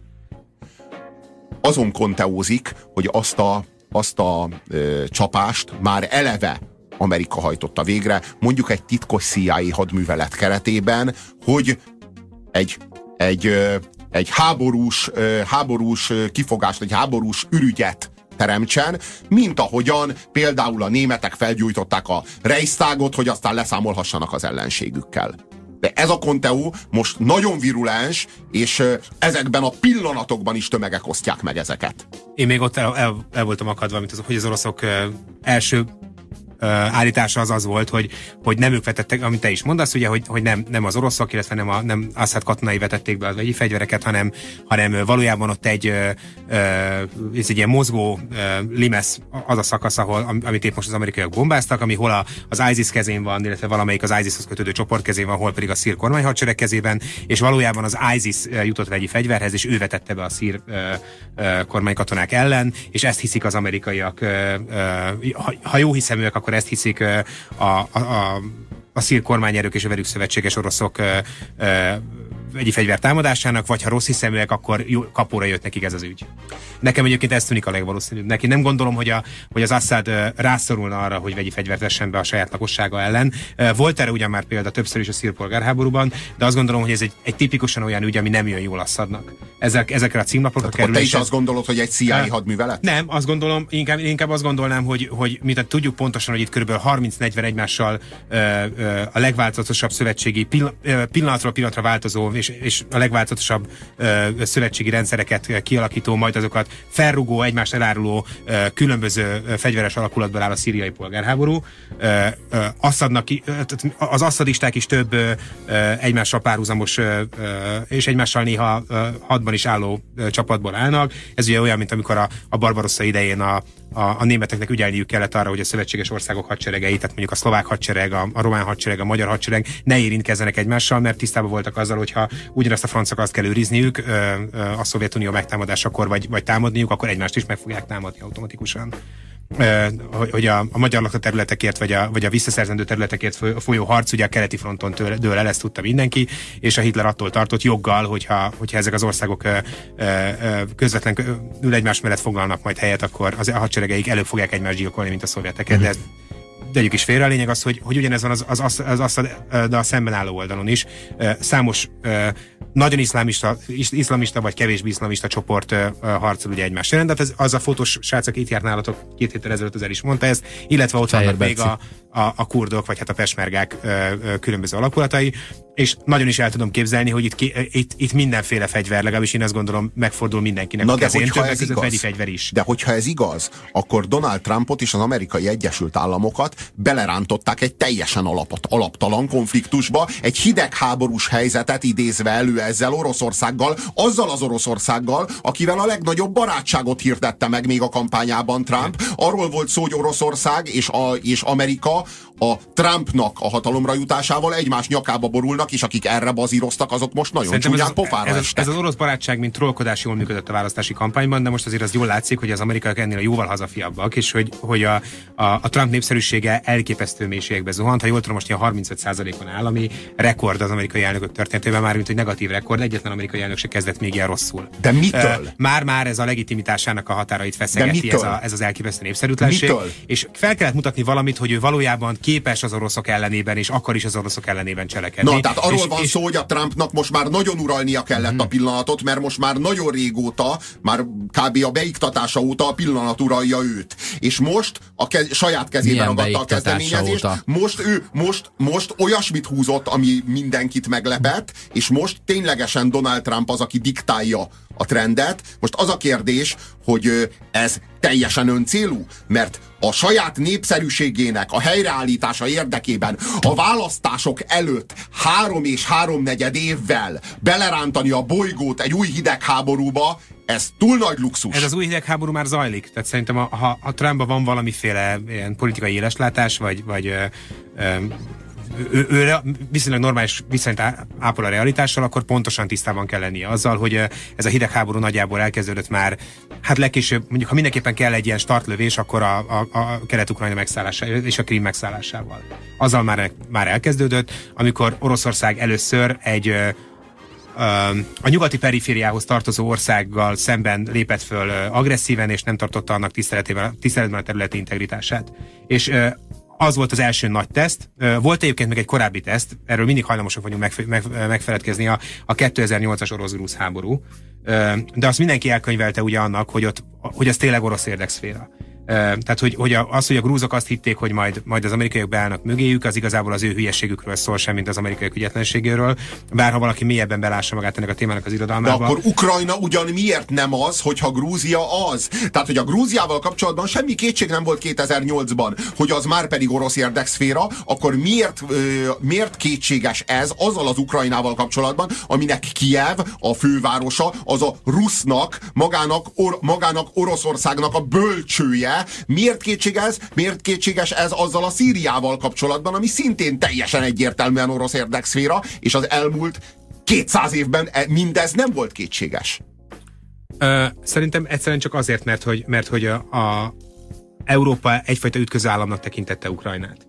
azon konteózik, hogy azt a, azt a ö, csapást már eleve Amerika hajtotta végre, mondjuk egy titkos C I A hadművelet keretében, hogy egy, egy, ö, egy háborús, ö, háborús ö, kifogást, egy háborús ürügyet teremtsen, mint ahogyan például a németek felgyújtották a Reichstagot, hogy aztán leszámolhassanak az ellenségükkel. De ez a konteó most nagyon virulens, és ezekben a pillanatokban is tömegek osztják meg ezeket. Én még ott el, el, el voltam akadva, mint az, hogy az oroszok első Uh, állítása az az volt, hogy, hogy nem ők vetettek, amit te is mondasz, ugye, hogy, hogy nem, nem az oroszok, illetve nem, a, nem Assad katonai vetették be a vegyi fegyvereket, hanem, hanem valójában ott egy, uh, uh, ez egy ilyen mozgó uh, limes az a szakasz, ahol, amit épp most az amerikaiak bombáztak, ami hol a, az ISIS kezén van, illetve valamelyik az ISIShoz kötődő csoport kezén van, hol pedig a szír kormányhadsereg kezében, és valójában az ISIS jutott vegyi fegyverhez, és ő vetette be a szír uh, uh, kormánykatonák ellen, és ezt hiszik az amerikaiak, uh, uh, ha, ha jó hiszeműek, akkor ezt hiszik a, a, a, a szír kormányerők és a velük szövetséges oroszok vegyi fegyver támadásának, vagy ha rossz hiszeműek, akkor jó, kapóra jött nekik ez az ügy. Nekem egyébként ez tűnik a legvalószínűbb. Neki nem gondolom, hogy, a, hogy az Assad rászorulna arra, hogy vegyi fegyvert vessen be a saját lakossága ellen. Volt erre ugyan már példa többször is a szír polgárháborúban, de azt gondolom, hogy ez egy, egy tipikusan olyan ügy, ami nem jön jól Assadnak. Ezek, ezekre a címlapokra kerül. Te is azt gondolod, hogy egy C I A hadművelet? Nem, azt gondolom, inkább, inkább azt gondolnám, hogy, hogy mint tudjuk pontosan, hogy itt kb. harminc-negyven egymással ö, ö, a legváltozatosabb szövetségi pillanatról pillanatra változó és, és a legváltozatosabb ö, szövetségi rendszereket kialakító, majd azokat felrugó, egymást eláruló ö, különböző ö, fegyveres alakulatból áll a szíriai polgárháború. Ö, ö, Assadnak, az asszadisták is több ö, ö, egymással párhuzamos ö, ö, és egymással néha ö, hadban is álló ö, csapatból állnak. Ez ugye olyan, mint amikor a, a Barbarossa idején a, a, a németeknek ügyelniük kellett arra, hogy a szövetséges országok hadseregei, tehát mondjuk a szlovák hadsereg, a, a román hadsereg, a magyar hadsereg ne érintkezzenek egymással, mert tisztában voltak azzal, hogyha ugyanazt a francok azt kell őrizniük ö, ö, a Szovjetunió megtámadásakor, vagy, vagy támadniuk, akkor egymást is meg fogják támadni automatikusan. Uh, hogy a, a magyar lakta területekért, vagy a, vagy a visszaszerzendő területekért folyó harc, ugye a keleti fronton től, dől el, ezt tudta mindenki, és a Hitler attól tartott joggal, hogyha, hogyha ezek az országok uh, uh, közvetlenül egymás mellett foglalnak majd helyet, akkor az, a hadseregeik előbb fogják egymást gyilkolni, mint a szovjeteket, mm-hmm. de tegyük is félre, a lényeg az, hogy, hogy ugyanez van az, az, az, az Assad szemben álló oldalon is. Számos nagyon iszlámista, iszlamista vagy kevésbé iszlamista csoport harcol ugye egymás ellen, de az, az a fotós srác, aki itt járt nálatok két héttel ezelőtt, az el is mondta ezt, illetve ott vannak még a, a, a kurdok, vagy hát a pesmergák különböző alakulatai, és nagyon is el tudom képzelni, hogy itt, itt, itt mindenféle fegyver, legalábbis én azt gondolom, megfordul mindenkinek Na a kezén, többek között vegyi fegyver is. De hogyha ez igaz, akkor Donald Trumpot és az Amerikai Egyesült Államokat belerántották egy teljesen alapot, alaptalan konfliktusba, egy hidegháborús helyzetet idézve elő ezzel Oroszországgal, azzal az Oroszországgal, akivel a legnagyobb barátságot hirdette meg még a kampányában Trump. Arról volt szó, hogy Oroszország és, a, és Amerika a Trumpnak a hatalomra jutásával egymás nyakába borulnak, és akik erre bazíroztak, azok most nagyon Szerintem csúnyán ez, pofára ez, estek. Ez az orosz barátság, mint trollkodás jól működött a választási kampányban, de most azért az jól látszik, hogy az amerikaiak ennél a jóval hazafiabbak, és hogy, hogy a, a, a Trump népszerűsége elképesztő mélységekbe zuhant. Ha jól tudom, most ilyen harmincöt százalékon áll, ami rekord az amerikai elnökök történetében, már mint hogy negatív rekord, egyetlen amerikai elnök se kezdett még ilyen rosszul. De mitől? Már-már ez a legitimitásának a határait feszegeti, ez, a, ez az elképesztő népszerűtlenség. Mitől? És fel kellett mutatni valamit, hogy ő valójában képes az oroszok ellenében, és akar is az oroszok ellenében cselekedni. Na, tehát arról és, van és... szó, hogy a Trumpnak most már nagyon uralnia kellett hmm. a pillanatot, mert most már nagyon régóta, már kb. A beiktatása óta a pillanat uralja őt. És most a kez, saját kezében ragadta a kezdeményezést. Óta? Most ő most, most olyasmit húzott, ami mindenkit meglepett, és most ténylegesen Donald Trump az, aki diktálja a trendet. Most az a kérdés, hogy ez teljesen öncélú, mert a saját népszerűségének a helyreállítása érdekében a választások előtt három és háromnegyed évvel belerántani a bolygót egy új hidegháborúba, ez túl nagy luxus. Ez az új hidegháború már zajlik. Tehát szerintem, a, ha a Trumpban van valamiféle ilyen politikai éleslátás, vagy, vagy ö, ö, ő, ő viszonylag normális viszonyt ápol a realitással, akkor pontosan tisztában kell lennie azzal, hogy ez a hidegháború nagyjából elkezdődött már, hát legkésőbb, mondjuk ha mindenképpen kell egy ilyen startlövés, akkor a, a, a Kelet-Ukrajna megszállása és a Krím megszállásával. Azzal már, már elkezdődött, amikor Oroszország először egy a nyugati perifériához tartozó országgal szemben lépett föl agresszíven, és nem tartotta annak tiszteletben a területi integritását. És az volt az első nagy teszt. Volt egyébként még egy korábbi teszt, erről mindig hajlamosak vagyunk megfe- meg- megfeledkezni, a, a kétezer-nyolcas orosz-grúz háború. De azt mindenki elkönyvelte ugye annak, hogy, ott, hogy ez tényleg orosz érdekszféra. Tehát, hogy, hogy az, hogy a grúzok azt hitték, hogy majd, majd az amerikaiak beállnak mögéjük, az igazából az ő hülyeségükről szól, sem, mint az amerikaiak ügyetlenségéről. Bár ha valaki mélyebben belássa magát ennek a témának az irodalmába. De akkor Ukrajna ugyan miért nem az, hogyha Grúzia az? Tehát, hogy a Grúziával kapcsolatban semmi kétség nem volt kétezer-nyolcban, hogy az már pedig orosz érdekszféra, akkor miért, ö, miért kétséges ez azzal az Ukrajnával kapcsolatban, aminek Kijev, a fővárosa, az a rusznak, magának, or, magának Oroszországnak a bölcsője. Miért kétséges, miért kétséges ez azzal a Szíriával kapcsolatban, ami szintén teljesen egyértelműen orosz érdekszféra, és az elmúlt kétszáz évben mindez nem volt kétséges? Ö, szerintem egyszerűen csak azért, mert hogy, mert hogy a, a Európa egyfajta ütköző államnak tekintette Ukrajnát.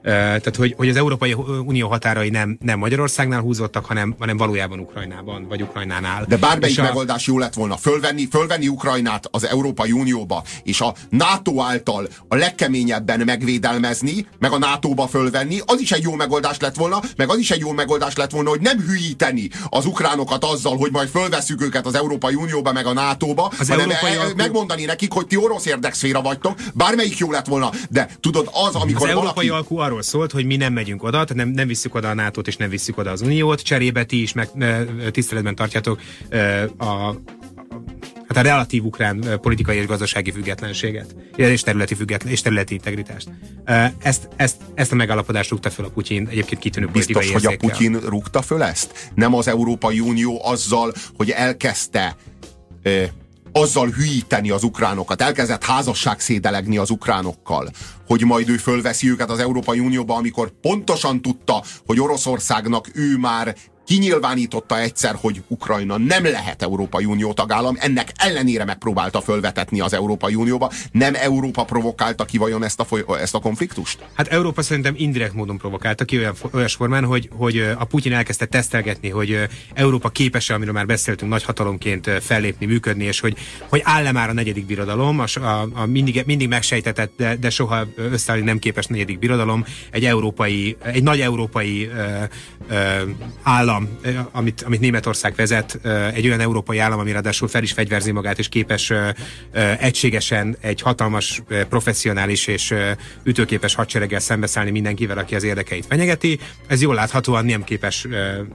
Tehát, hogy, hogy az Európai Unió határai nem, nem Magyarországnál húzottak, hanem, hanem valójában Ukrajnában, vagy Ukrajnánál. De bármelyik a... megoldás jó lett volna. Fölvenni, fölvenni Ukrajnát az Európai Unióba, és a NATO által a legkeményebben megvédelmezni, meg a nátóba fölvenni, az is egy jó megoldás lett volna, meg az is egy jó megoldás lett volna, hogy nem hülyíteni az ukránokat azzal, hogy majd fölveszük őket az Európai Unióba, meg a nátóba, az hanem e- alkú... megmondani nekik, hogy ti orosz érdekszféra vagytok, bármelyik jó lett volna, de tudod, az, amikor az valaki... európai alkú arról szólt, hogy mi nem megyünk oda, tehát nem, nem visszük oda a nátót, és nem visszük oda az Uniót, cserébe ti is meg, tiszteletben tartjátok a, a, hát a relatív ukrán politikai és gazdasági függetlenséget, és területi, független, és területi integritást. Ezt, ezt, ezt a megállapodást rúgta föl a Putyin, egyébként kitűnő politikai érzékkel. Biztos, hogy a Putyin rúgta föl ezt? Nem az Európai Unió azzal, hogy elkezdte eh, azzal hülyíteni az ukránokat, elkezdett házasságszédelegni az ukránokkal, hogy majd ő fölveszi őket az Európai Unióba, amikor pontosan tudta, hogy Oroszországnak ő már kinyilvánította egyszer, hogy Ukrajna nem lehet Európai Unió tagállam, ennek ellenére megpróbálta fölvetetni az Európai Unióba. Nem Európa provokálta ki vajon ezt a, foly- ezt a konfliktust? Hát Európa szerintem indirekt módon provokálta ki olyan, olyas formán, hogy, hogy a Putyin elkezdte tesztelgetni, hogy Európa képes-e, amiről már beszéltünk, nagyhatalomként fellépni, működni, és hogy, hogy áll-e már a negyedik birodalom, a, a, a mindig, mindig megsejtetett, de, de soha összeállni nem képes negyedik birodalom, egy európai, egy nagy európai ö, ö, állam, Amit, amit Németország vezet, egy olyan európai állam, ami ráadásul fel is fegyverzi magát, és képes egységesen egy hatalmas, professzionális és ütőképes hadsereggel szembeszállni mindenkivel, aki az érdekeit fenyegeti. Ez jól láthatóan nem képes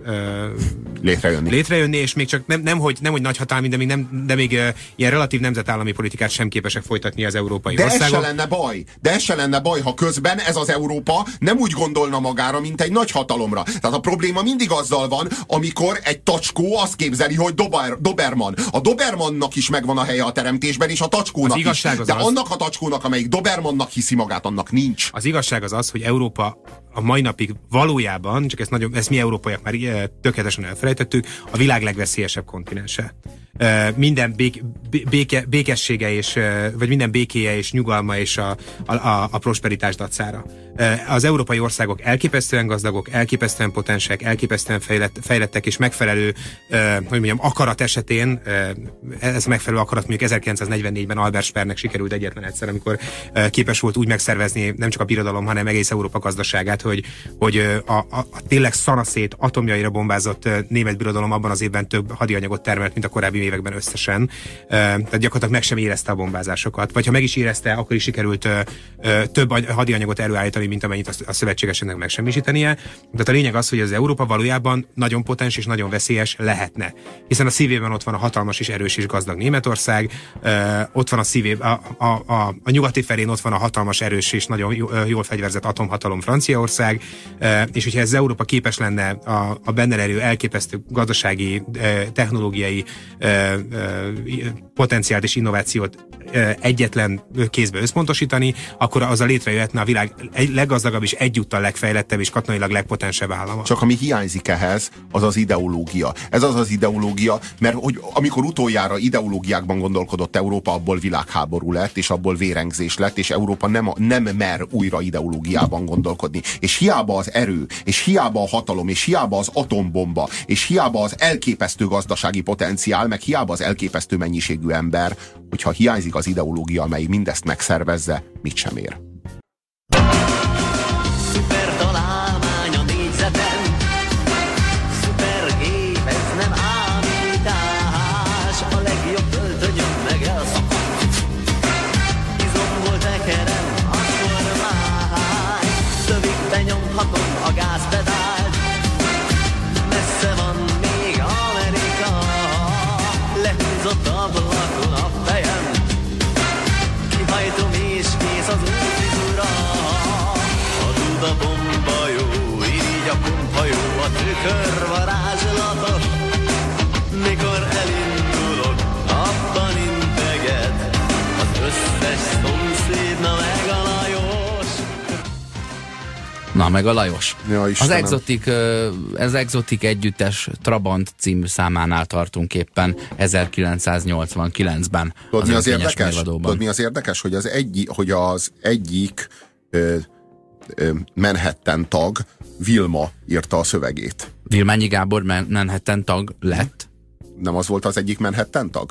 létrejönni. létrejönni, és még csak nem, nem, hogy, nem hogy nagyhatalmi, de még, nem, de még ilyen relatív nemzetállami politikát sem képesek folytatni az európai de országok. De ez se lenne baj. De ez se lenne baj, ha közben ez az Európa nem úgy gondolna magára, mint egy nagy hatalomra. Tehát a probléma mindig azzal van, amikor egy tacskó azt képzeli, hogy Dober, Doberman. A Dobermannak is megvan a helye a teremtésben, és a tacskónak az igazság is. Az De az... annak a tacskónak, amelyik Dobermannak hiszi magát, annak nincs. Az igazság az az, hogy Európa a mai napig valójában, csak ezt, nagyon, ezt mi európaiak már tökéletesen elfelejtettük, a világ legveszélyesebb kontinense. Minden bék, béke, békessége és, vagy minden békéje és nyugalma és a, a, a prosperitás dacára. Az európai országok elképesztően gazdagok, elképesztően potensek, elképesztően fejlett, fejlettek és megfelelő, hogy mondjam, akarat esetén, ez megfelelő akarat mondjuk ezerkilencszáznegyvennégyben Albert Spernek sikerült egyetlen egyszer, amikor képes volt úgy megszervezni nem csak a birodalom, hanem egész Európa gazdaságát, hogy, hogy a, a, a tényleg szanaszét atomjaira bombázott német birodalom abban az évben több hadianyagot termelt, mint a korábbi években összesen. Tehát gyakorlatilag meg sem érezte a bombázásokat. Vagy ha meg is érezte, akkor is sikerült több hadianyagot előállítani, mint amennyit a szövetségeseknek megsemmisítenie. Tehát a lényeg az, hogy az Európa valójában nagyon potens és nagyon veszélyes lehetne. Hiszen a szívében ott van a hatalmas és erős és gazdag Németország, ott van a szívében, a, a, a, a nyugati felén ott van a hatalmas, erős és nagyon jól fegyverzett atomhatalom Franciaország, és hogyha ez Európa képes lenne a, a benne elő elképesztő gazdasági, technológiai potenciált és innovációt egyetlen kézbe összpontosítani, akkor az a létrejöhetne a világ leggazdagabb és egyúttal legfejlettebb és katonailag legpotensebb állama. Csak ami hiányzik ehhez, az az ideológia. Ez az az ideológia, mert hogy amikor utoljára ideológiákban gondolkodott Európa, abból világháború lett, és abból vérengzés lett, és Európa nem, nem mer újra ideológiában gondolkodni. És hiába az erő, és hiába a hatalom, és hiába az atombomba, és hiába az elképesztő gazdasági potenciál, meg hiába az elképesztő mennyiségű ember, hogyha hiányzik az ideológia, amely mindezt megszervezze, mit sem ér. Szuper találmány a négyzeten, szuper gép, ez nem ámítás, a legjobb öltönyöm meg elszakadt. Izomból tekerem a kormány, szövig benyomhatom a gázpedált, messze van még Amerika, lehúzott ablakon a fejem, kihajtom és kész az új figura. A bomba jó, így a pompa jó, a tükör varázslatos. Mikor elindulok, abban integet az összes szomszéd, na meg a Lajos. Na meg a Lajos. Ja, az Exotic, az Exotic együttes Trabant című számánál tartunk éppen ezerkilencszáznyolcvankilencben. Tudod, mi az érdekes? Tudod, mi az érdekes, hogy az, egy, hogy az egyik ö, Manhattan tag Vilma írta a szövegét. Vilmányi Gábor Manhattan tag lett? Nem az volt az egyik Manhattan tag?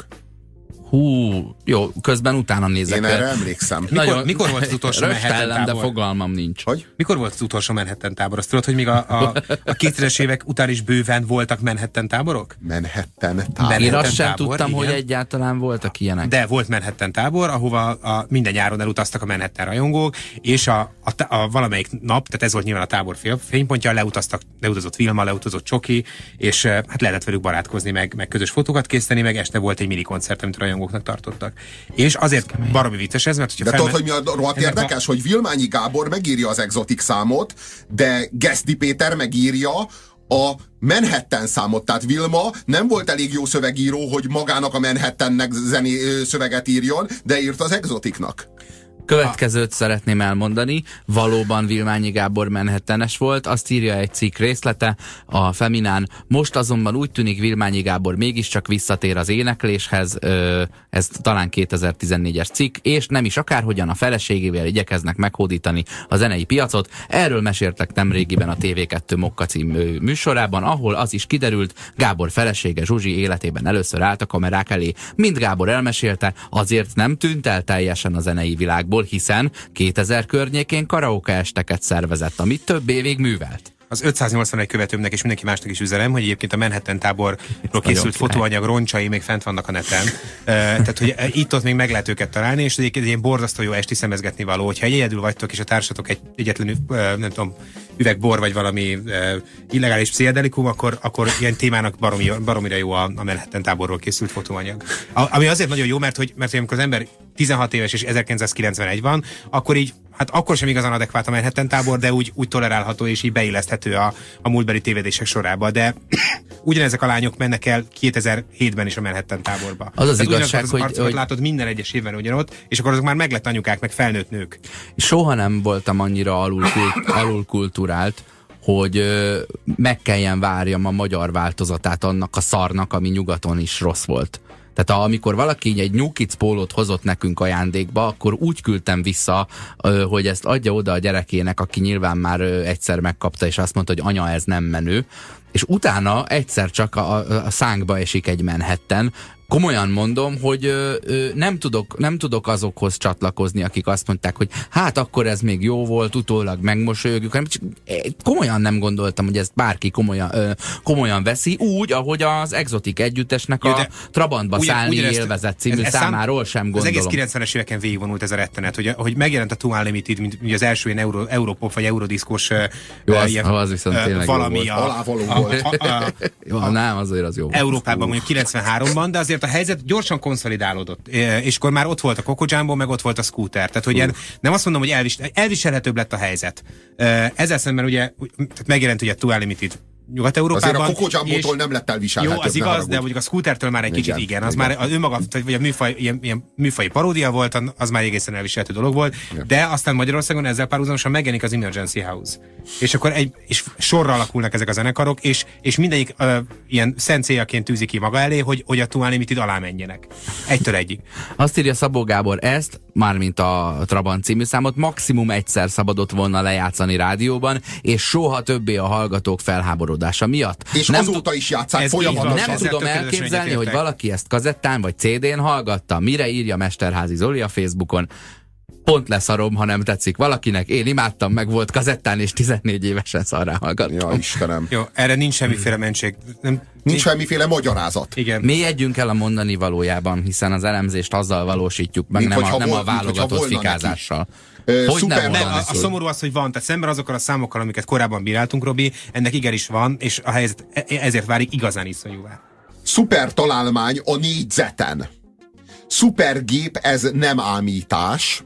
Hú, jó, közben utána nézek. Én erre emlékszem. Mikor, Nagyon, mikor volt az utolsó Manhattan tábor? De fogalmam nincs. Hogy? Mikor volt az utolsó Manhattan tábor? Azt tudod, hogy még a, a, a kétezres évek után is bőven voltak Manhattan táborok? Manhattan tábor. Én azt sem tábor, tudtam, igen. hogy egyáltalán voltak ilyenek. De volt Manhattan tábor, ahova a, minden nyáron elutaztak a Manhattan rajongók, és a, a, a valamelyik nap, tehát ez volt nyilván a tábor fél, fénypontja, leutaztak, leutazott Vilma, leutazott Csoki, és hát lehetett velük barátkozni, meg, meg közös fotókat készíteni, meg este volt egy mini koncert, amit a rajongóknak tartottak. És azért baromi vicces ez, mert hogyha de felmen... tudod, hogy mi a rohadt érdekes, a... hogy Vilmányi Gábor megírja az Exotic számot, de Geszti Péter megírja a Manhattan számot. Tehát Vilma nem volt elég jó szövegíró, hogy magának a Manhattannek zené szöveget írjon, de írt az Exoticnak. Következőt szeretném elmondani, valóban Vilmányi Gábor Manhattanes volt, azt írja egy cikk részlete a Feminán. Most azonban úgy tűnik, Vilmányi Gábor mégiscsak visszatér az énekléshez, ez talán kétezer-tizennégyes cikk, és nem is akárhogyan a feleségével igyekeznek meghódítani a zenei piacot. Erről meséltek nemrégiben a té vé kettő Mokka című műsorában, ahol az is kiderült, Gábor felesége Zsuzsi életében először állt a kamerák elé. Mint Gábor elmesélte, azért nem tűnt el teljesen a zenei világból, hiszen kétezer környékén karaoke esteket szervezett, amit több évig művelt. Az ötszáznyolcvanegy követőmnek és mindenki másnak is üzenem, hogy egyébként a Manhattan táborról készült fotóanyag roncsai még fent vannak a neten. Uh, tehát, hogy itt-ott még meg lehet őket találni, és egyébként egy ilyen borzasztó jó esti szemezgetni való, hogyha egyedül vagytok, és a társatok egy egyetlen, uh, nem tudom, üveg bor, vagy valami uh, illegális pszichedelikum, akkor, akkor ilyen témának baromi, baromira jó a, a Manhattan táborról készült fotóanyag. A, ami azért nagyon jó, mert hogy, mert hogy amikor az ember tizenhat éves és ezerkilencszázkilencvenegy van, akkor így, hát akkor sem igazán adekvát a Manhattan tábor, de úgy, úgy tolerálható és így beilleszthető a, a múltbeli tévedések sorába, de ugyanezek a lányok mennek el kétezer-hétben is a Manhattan táborba. Az az Tehát igazság, az hogy, arcokat hogy látod minden egyes évben ugyanott, és akkor azok már meglett anyukák, meg felnőtt nők. Soha nem voltam annyira alulkult, alulkulturált, hogy ö, meg kelljen várjam a magyar változatát annak a szarnak, ami nyugaton is rossz volt. Tehát amikor valaki így egy New Kids pólót hozott nekünk ajándékba, akkor úgy küldtem vissza, hogy ezt adja oda a gyerekének, aki nyilván már egyszer megkapta, és azt mondta, hogy anya, ez nem menő. És utána egyszer csak a, a szánkba esik egy Manhattan. Komolyan mondom, hogy ö, ö, nem, tudok, nem tudok azokhoz csatlakozni, akik azt mondták, hogy hát akkor ez még jó volt, utólag megmosolyogjuk, hanem csak komolyan nem gondoltam, hogy ezt bárki komolyan, ö, komolyan veszi, úgy, ahogy az Exotic együttesnek Jó, a Trabantba ugyan, szállni ugyan élvezett című ez, ez számáról sem gondolom. Az egész kilencvenes éveken végigvonult ez a rettenet, hogy, hogy megjelent a Too Unlimited, mint ugye az első ilyen Euro, Europop vagy Eurodiszkos jó, az, ilyen, az viszont tényleg valami jó volt. Alávaló a, volt. A, a, a, jó, a, nem, azért az jó. Európában mondjuk kilencvenháromban, de azért a helyzet gyorsan konszolidálódott. És akkor már ott volt a Coco Jumbo, meg ott volt a Scooter. Tehát, hogy ilyen, nem azt mondom, hogy elvis, elviselhetőbb lett a helyzet. Ezzel szemben ugye megjelent ugye a Too Unlimited Nyugat-Európában. Azért a Coco Jumbo-tól nem lett elviselhetőbb. Jó, az igaz, de mondjuk a Scootertől már egy igen, kicsit igen. Az igen. Már az önmaga, vagy a műfaj, ilyen, ilyen műfaji paródia volt, az már egészen elviselhető dolog volt, igen. De aztán Magyarországon ezzel párhuzamosan megjelenik az Emergency House. És akkor egy és sorra alakulnak ezek a zenekarok, és, és mindegyik uh, ilyen szent céljaként tűzi ki maga elé, hogy, hogy a Too Unlimited alá menjenek. Egytől egyig. Azt írja Szabó Gábor, ezt, mármint a Trabant című számot, maximum egyszer szabadott volna lejátszani rádióban, és soha többé a hallgatók felháborodása miatt. És nem azóta is játsszák folyamatosan. Nem tudom elképzelni, hogy valaki ezt kazettán vagy cé dén hallgatta. Mire írja Mesterházi Zoli a Facebookon? Pont leszarom, ha nem tetszik valakinek. Én imádtam, meg volt kazettán, és tizennégy évesen szarrá hallgattam. Ja, Istenem. Jó, erre nincs semmiféle mentség. Nem, nincs semmiféle magyarázat. Igen. Mélyedjünk el a mondani valójában, hiszen az elemzést azzal valósítjuk meg, nem a, nem volt, a válogatott fikázással. Ö, hogy szuper, nem nem, a, a szomorú az, hogy van, tehát szemben azokkal a számokkal, amiket korábban bíráltunk, Robi, ennek igenis van, és a helyzet ezért válik igazán iszonyúvá. Szuper találmány a négyzeten. Szupergép, ez nem ámítás.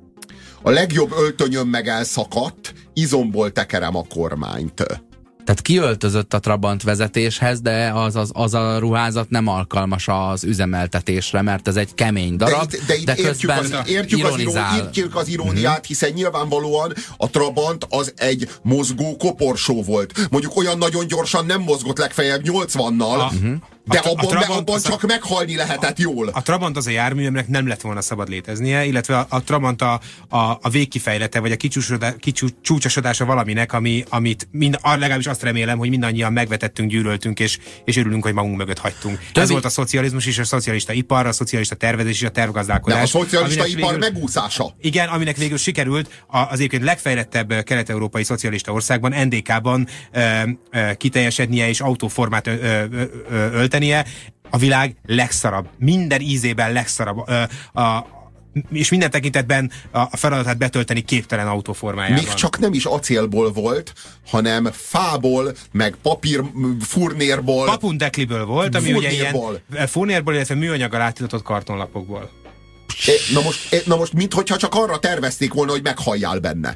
A legjobb öltönyöm meg elszakadt, izomból tekerem a kormányt. Tehát kiöltözött a Trabant vezetéshez, de az, az, az a ruházat nem alkalmas az üzemeltetésre, mert ez egy kemény darab, de itt, de itt de értjük, az, értjük, az iró, értjük az iróniát, mm-hmm. hiszen nyilvánvalóan a Trabant az egy mozgó koporsó volt. Mondjuk olyan nagyon gyorsan nem mozgott, legfeljebb nyolcvannal, mm-hmm. De a, abban, a Trabant, de abban az csak a, meghalni lehetett jól. A Trabant az a jármű, aminek nem lett volna szabad léteznie, illetve a, a Trabant a, a, a végkifejlete, vagy a kicsúcsosodása valaminek, ami, amit mind, legalábbis azt remélem, hogy mindannyian megvetettünk, gyűlöltünk, és, és örülünk, hogy magunk mögött hagytunk. Többi... Ez volt a szocializmus és a szocialista ipar, a szocialista tervezés és a tervgazdálkodás. Nem, a szocialista ipar végül, megúszása. Igen, aminek végül sikerült az egyébként legfejlettebb kelet-európai szocialista országban, en dé ká-ban ö, ö, kiteljesednie és autóformát ö, ö, ö, öltenie. A világ legszarabb, minden ízében legszarabb, ö, a, és minden tekintetben a feladatát betölteni képtelen autóformájában. Még csak nem is acélból volt, hanem fából, meg papír furnérból. Papundekliből volt, ami ugye ilyen furnérból, illetve műanyaggal átítatott kartonlapokból. Na most, na most minthogyha csak arra tervezték volna, hogy meghalljál benne.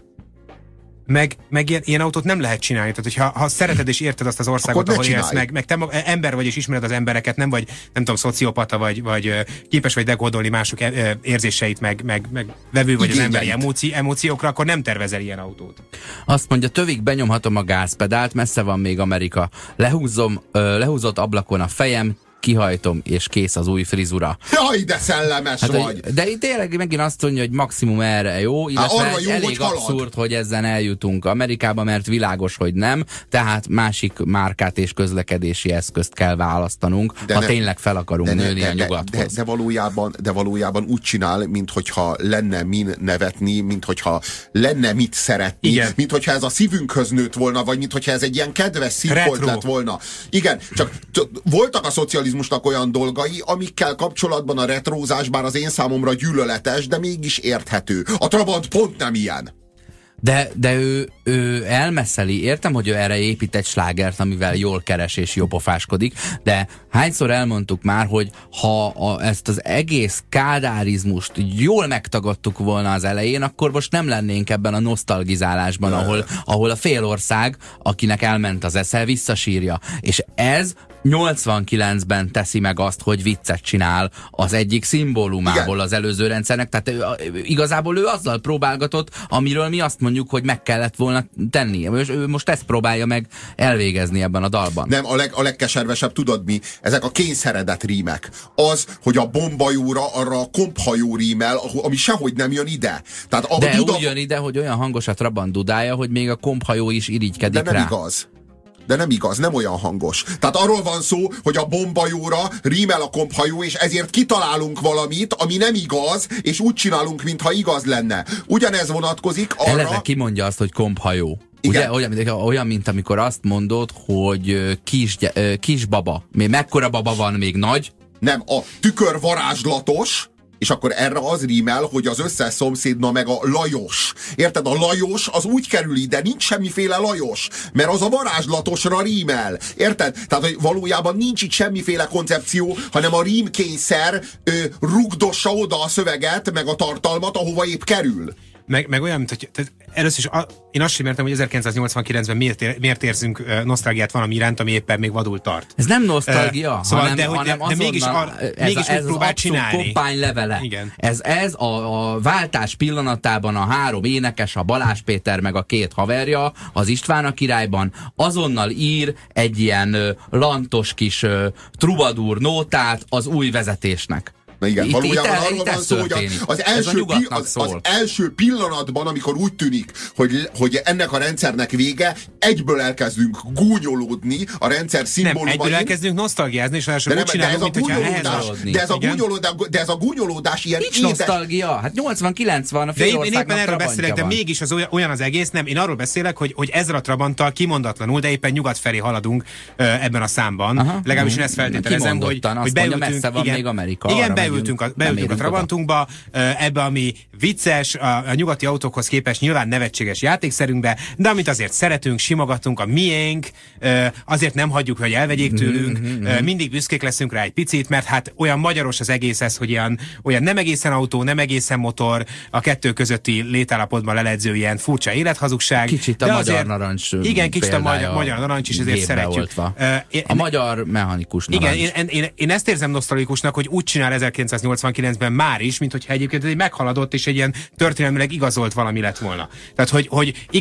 Meg, meg ilyen, ilyen autót nem lehet csinálni. Tehát, hogyha ha szereted és érted azt az országot, ahol élsz, meg, meg te mag, ember vagy és ismered az embereket, nem vagy, nem tudom, szociopata, vagy, vagy képes vagy dekódolni mások érzéseit, meg, meg, meg vevő vagy igényeit az emberi emóci, emóciókra, akkor nem tervezel ilyen autót. Azt mondja, tövig benyomhatom a gázpedált, messze van még Amerika. Lehúzom, ö, lehúzott ablakon a fejem, kihajtom, és kész az új frizura. Jaj, de szellemes hát, vagy! De itt tényleg megint azt mondja, hogy maximum erre jó, illetve hát jó, elég hogy abszurd, halad. Hogy ezzel eljutunk Amerikába, mert világos, hogy nem, tehát másik márkát és közlekedési eszközt kell választanunk, de ha ne, tényleg fel akarunk ne, nőni de, a nyugathoz. De, de, de, valójában, de valójában úgy csinál, minthogyha lenne min nevetni, minthogyha lenne mit szeretni, igen. Minthogyha ez a szívünkhöz nőtt volna, vagy minthogyha ez egy ilyen kedves szívfolt lett volna. Igen, csak voltak a szocializmusnak olyan dolgai, amikkel kapcsolatban a retrózás bár az én számomra gyűlöletes, de mégis érthető. A Trabant pont nem ilyen. De, de ő, ő elmeszeli, értem, hogy ő erre épít egy slágert, amivel jól keres és jobbofáskodik, de hányszor elmondtuk már, hogy ha a, ezt az egész kádárizmust jól megtagadtuk volna az elején, akkor most nem lennénk ebben a nosztalgizálásban, ahol, ahol a félország, akinek elment az esze, visszasírja. És ez nyolcvankilencben teszi meg azt, hogy viccet csinál az egyik szimbólumából igen. Az előző rendszernek, tehát igazából ő azzal próbálgatott, amiről mi azt mondjuk, hogy meg kellett volna tennie. Ő most ezt próbálja meg elvégezni ebben a dalban. Nem, a, leg, a legkeservesebb, tudod mi? Ezek a kényszeredett rímek. Az, hogy a bombajóra arra a komphajó rímel, ami sehogy nem jön ide. Tehát a de duda... úgy jön ide, hogy olyan hangos a Trabant dudája, hogy még a komphajó is irigykedik rá. De nem rá. igaz. De nem igaz, nem olyan hangos. Tehát arról van szó, hogy a bombajóra rímel a komphajó, és ezért kitalálunk valamit, ami nem igaz, és úgy csinálunk, mintha igaz lenne. Ugyanez vonatkozik arra... Eleve kimondja azt, hogy komphajó. Ugye, olyan, mint, olyan, mint amikor azt mondod, hogy kis, kis baba. Még mekkora baba van, még nagy? Nem, a tükör varázslatos, és akkor erre az rímel, hogy az összes szomszédna meg a Lajos. Érted? A Lajos az úgy kerül ide, nincs semmiféle Lajos, mert az a varázslatosra rímel. Érted? Tehát, hogy valójában nincs itt semmiféle koncepció, hanem a rímkényszer ö, rugdossa oda a szöveget, meg a tartalmat, ahova épp kerül. Meg, meg olyan, mint hogy tehát először is a, én azt sem értem, hogy ezerkilencszáznyolcvankilencben miért, ér, miért érzünk uh, nosztalgiát valami iránt, ami éppen még vadul tart. Ez nem nosztalgia, uh, szóval, hanem, de, hogy, hanem de, de mégis, a, ez mégis a, ez próbál az csinálni. koppány levele. Igen. Ez, ez a, a váltás pillanatában a három énekes, a Balázs Péter meg a két haverja, az István a királyban azonnal ír egy ilyen uh, lantos kis uh, trubadúr nótát az új vezetésnek. Na igen, itt, valójában itt, arról itt van szó, hogy az, az, első pi, az, az első pillanatban, amikor úgy tűnik, hogy, hogy ennek a rendszernek vége, egyből elkezdünk gúnyolódni a rendszer szimbólumain. Nem, egyből elkezdünk nosztalgiázni, és első de, úgy csinálunk, mint hogyha ehhez... De ez, a gúnyolódás, de ez a gúnyolódás ilyen nincs édes... nosztalgia, hát nyolcvankilenc van a félországnak. De én éppen erről beszélek, de mégis az olyan az egész, nem, én arról beszélek, hogy, hogy ezzel a Trabanttal kimondatlanul, de éppen nyugat felé haladunk uh, ebben a számban. Aha, legalábbis én ezt feltételezem, hogy, hogy beültünk, igen, beültünk a, beültünk a Trabantunkba, ebbe, ami vicces, a, a nyugati autókhoz képest nyilván nevetséges játékszerünkbe, de amit azért szeretünk, simogatunk, a miénk, azért nem hagyjuk, hogy elvegyék tőlünk, mm-hmm. mindig büszkék leszünk rá egy picit, mert hát olyan magyaros az egész ez, hogy olyan, olyan nem egészen autó, nem egészen motor, a kettő közötti létállapotban leledző ilyen furcsa élethazugság. Kicsit a de magyar azért, narancs. Igen, kicsit a magyar, magyar narancs, és ezért szeretjük. Uh, én, a magyar mechanikus narancs. Igen, én, én, én ezt érzem nosztalikusnak, hogy úgy csinál ezerkilencszáznyolcvankilencben már is, mint hogyha egyébként egy meghaladott és egy ilyen történelmileg igazolt valami lett volna. Tehát, hogy, hogy igen,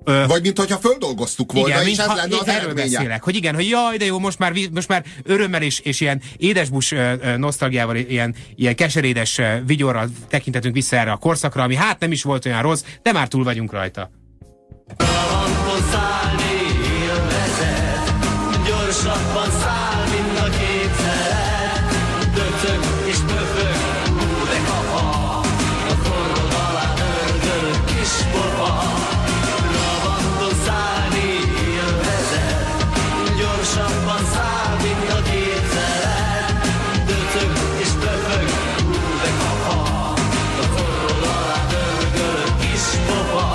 Ö, Vagy mint hogyha földolgoztuk volna, igen, és ez ha, lenne az erről eredménye. beszélek, hogy igen, hogy jaj, de jó, most már, most már örömmel és, és ilyen édesbus nosztalgiával, ilyen, ilyen keserédes vigyorral tekintetünk vissza erre a korszakra, ami hát nem is volt olyan rossz, de már túl vagyunk rajta. Gyorsabban száll, mint a kétszeret, döcög és pöfög, hú de kapa, a forrod alá dörgöl kis pofa. Ravandon szállni élvezet, gyorsabban száll, mint a kétszeret, döcög és pöfög, hú de kapa, a forrod alá dörgöl kis pofa.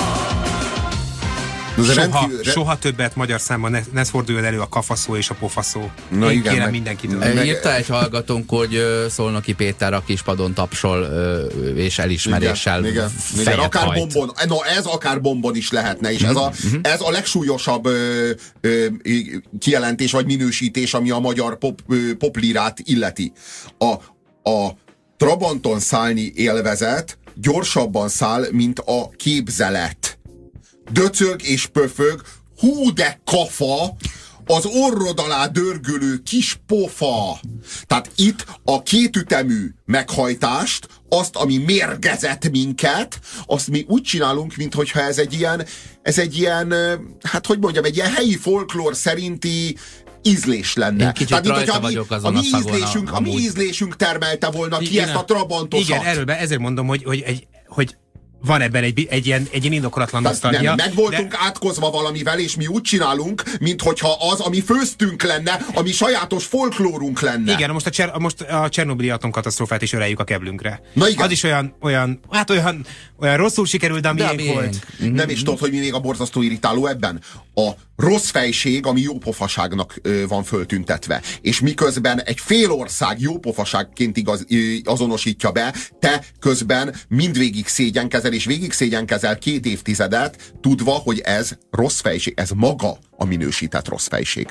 Soha, Rendkívül, soha többet magyar számban ne, ne forduljon elő a kafaszó és a pofaszó. Na Én igen, kérem meg- mindenkit. meg- Írta egy hallgatónk, hogy ö, Szolnoki Péter a kispadon tapsol ö, és elismeréssel igen, igen, igen, fejet akár hajt. bombon, no, ez akár bombon is lehetne, és ez a, ez a legsúlyosabb ö, ö, kijelentés vagy minősítés, ami a magyar pop, ö, poplírát illeti. A, a Trabanton szállni élvezet gyorsabban száll, mint a képzelet. Döcög és pöfög, hú de kafa, az orrod alá dörgölő kis pofa. Tehát itt a kétütemű meghajtást, azt, ami mérgezett minket, azt mi úgy csinálunk, minthogyha ez egy ilyen, ez egy ilyen, hát hogy mondjam, egy ilyen helyi folklór szerinti ízlés lenne. Én kicsit Tehát, mint, rajta hogyha mi- vagyok a azon mi a szagon, ízlésünk, a mi amúgy. ízlésünk termelte volna ki Igen, ezt a trabantosat. Igen, erről be, ezért mondom, hogy, hogy, egy, hogy van ebben egy, egy, ilyen, egy ilyen indokolatlan Tehát nosztalgia. nem, meg voltunk de... átkozva valamivel, és mi úgy csinálunk, minthogyha az, ami főztünk lenne, ami sajátos folklórunk lenne. Igen, most a, Cser- most a Csernobili atomkatasztrófát is öreljük a keblünkre. Na igen. Az is olyan, olyan, hát olyan, olyan rosszul sikerült, de a De a miénk miénk. volt. Nem is tudod, hogy mi még a borzasztó irritáló ebben? A rossz fejség, ami jópofaságnak ö, van föltüntetve. És miközben egy fél ország jópofaságként igaz, ö, azonosítja be, te közben mindvégig szégyenkezel, és végig szégyenkezel két évtizedet, tudva, hogy ez rossz fejség. Ez maga a minősített rossz fejség.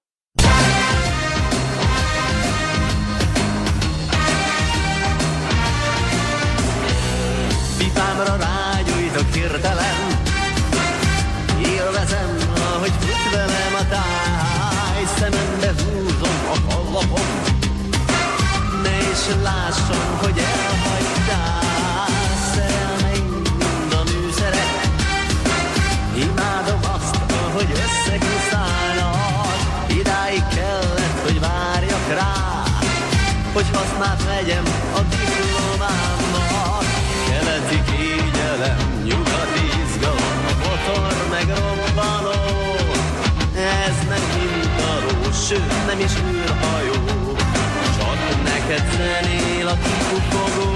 Pipámra rágyújtok hirtelen, élvezem, ahogy fut velem a táj, szemembe húzom a kallapom, ne is lássam, hogy elhagytál. Szerelmeim mind a műszerek, imádom azt, ahogy összekuszálnak, idáig kellett, hogy várjak rá, hogy hasznát vegyem a diplomámnak. Keleti kényelem, nyugati izgalom, a motor meg robbanó. Ez nem hintaló, sőt nem is űrhajó, csak neked zenél a kipufogó.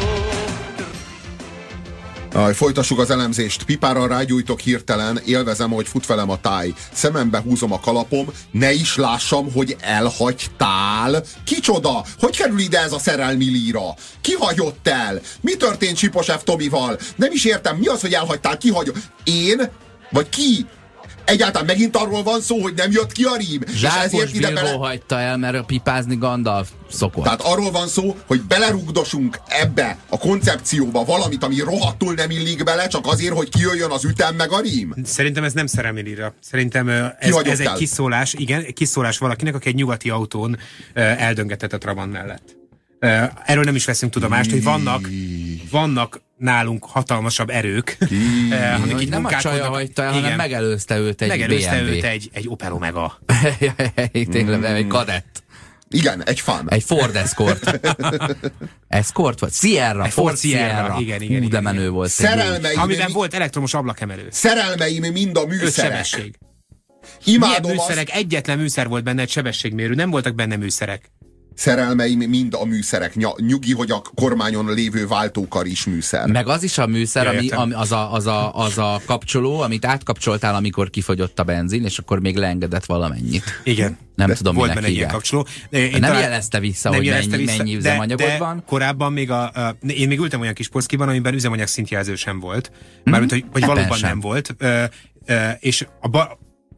Aj, folytassuk az elemzést. Pipára rágyújtok hirtelen, élvezem, hogy fut velem a táj. Szemembe húzom a kalapom, ne is lássam, hogy elhagytál. Kicsoda? Hogy kerül ide ez a szerelmi líra? Ki hagyott el? Mi történt Sipos F. Tomival? Nem is értem, mi az, hogy elhagytál? Ki hagyott? Én? Vagy ki? Egyáltalán megint arról van szó, hogy nem jött ki a rím? Zsákos Bilbó hagyta el, mert pipázni Gandalf szokott. Tehát arról van szó, hogy belerugdosunk ebbe a koncepcióba valamit, ami rohadtul nem illik bele, csak azért, hogy kijöjjön az ütem meg a rím? Szerintem ez nem szerelmi líra. Szerintem ö, ez, ez egy kiszólás, igen, egy kiszólás valakinek, aki egy nyugati autón ö, eldöngetett a Trabant mellett. Ö, erről nem is veszünk tudomást, hogy vannak, vannak nálunk hatalmasabb erők, ö, amik így nem a csaja munkálkodnak. hagyta el, hanem megelőzte őt egy megelőzte bé em vé. őt egy, egy Opel Omega. Tényleg, mm. egy kadett. Igen, egy fan. Egy Ford Escort. Escort vagy? Sierra. Egy Ford, Ford Sierra. Sierra. Igen, igen, Hú, de igen, menő igen. volt. Szerelmeim, Amiben mi... volt elektromos ablakemelő. Szerelmeim mind a műszerek. Ötsebesség. Imádom Milyen azt. műszerek? Egyetlen műszer volt benne, egy sebességmérő. Nem voltak benne műszerek. Szerelmeim mind a műszerek. Nyugi, hogy a kormányon lévő váltókar is műszer. Meg az is a műszer, Ja, ami, értem. ami, az, a, az, a, az a kapcsoló, amit átkapcsoltál, amikor kifogyott a benzin, és akkor még leengedett valamennyit. Igen. Nem de tudom, volt minek benne egy ilyen hívják. kapcsoló. Én Nem talán- jelezte vissza, nem hogy jelezte mennyi, vissza, mennyi de- üzemanyagod de van. Korábban még a, a... Én még ültem olyan kis polszkiban, amiben üzemanyag szintjelző sem volt. Mármint, hogy, hogy Ebben valóban sem. nem volt. Ö, ö, és a ba,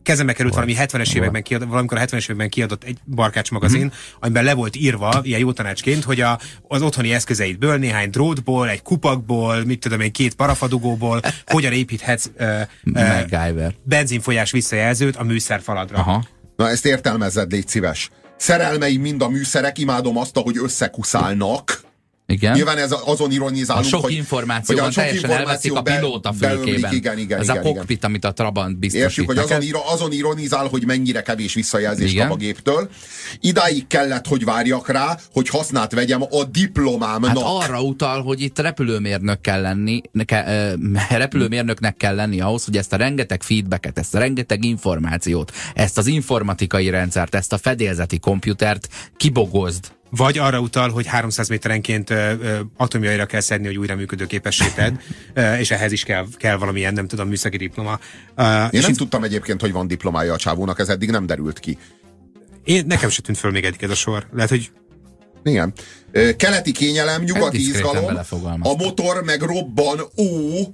kezembe került valami hetvenes években kiadott, valamikor a hetvenes években kiadott egy Barkács magazin, hmm. amiben le volt írva, ilyen jó tanácsként, hogy a, az otthoni eszközeidből, néhány drótból, egy kupakból, mit tudom én, két parafadugóból, hogyan építhetsz uh, uh, benzinfolyás visszajelzőt a műszerfaladra. Aha. Na ezt értelmezzed, légy szíves. Szerelmeim mind a műszerek, imádom azt, ahogy összekuszálnak. Igen. Nyilván ez azon ironizálunk, a sok hogy, információ hogy van, teljesen elveszik a pilóta fülkében. Igen, igen, ez igen, a kokpit, igen. amit a Trabant biztosít. Értjük, hogy azon, iro, azon ironizál, hogy mennyire kevés visszajelzést kap a géptől. Idáig kellett, hogy várjak rá, hogy hasznát vegyem a diplomámnak. Hát arra utal, hogy itt repülőmérnök kell lenni, ke, repülőmérnöknek kell lenni ahhoz, hogy ezt a rengeteg feedbacket, ezt a rengeteg információt, ezt az informatikai rendszert, ezt a fedélzeti komputert kibogozd. Vagy arra utal, hogy háromszáz méterenként ö, ö, atomjaira kell szedni, hogy újra működőképessé tedd, ö, és ehhez is kell, kell valamilyen, nem tudom, műszaki diploma. Uh, Én és nem itt... tudtam egyébként, hogy van diplomája a csávónak, ez eddig nem derült ki. Én, nekem se tűnt föl még eddig ez a sor. Lehet, hogy... Igen. Keleti kényelem, nyugati izgalom, a motor meg robban, ó.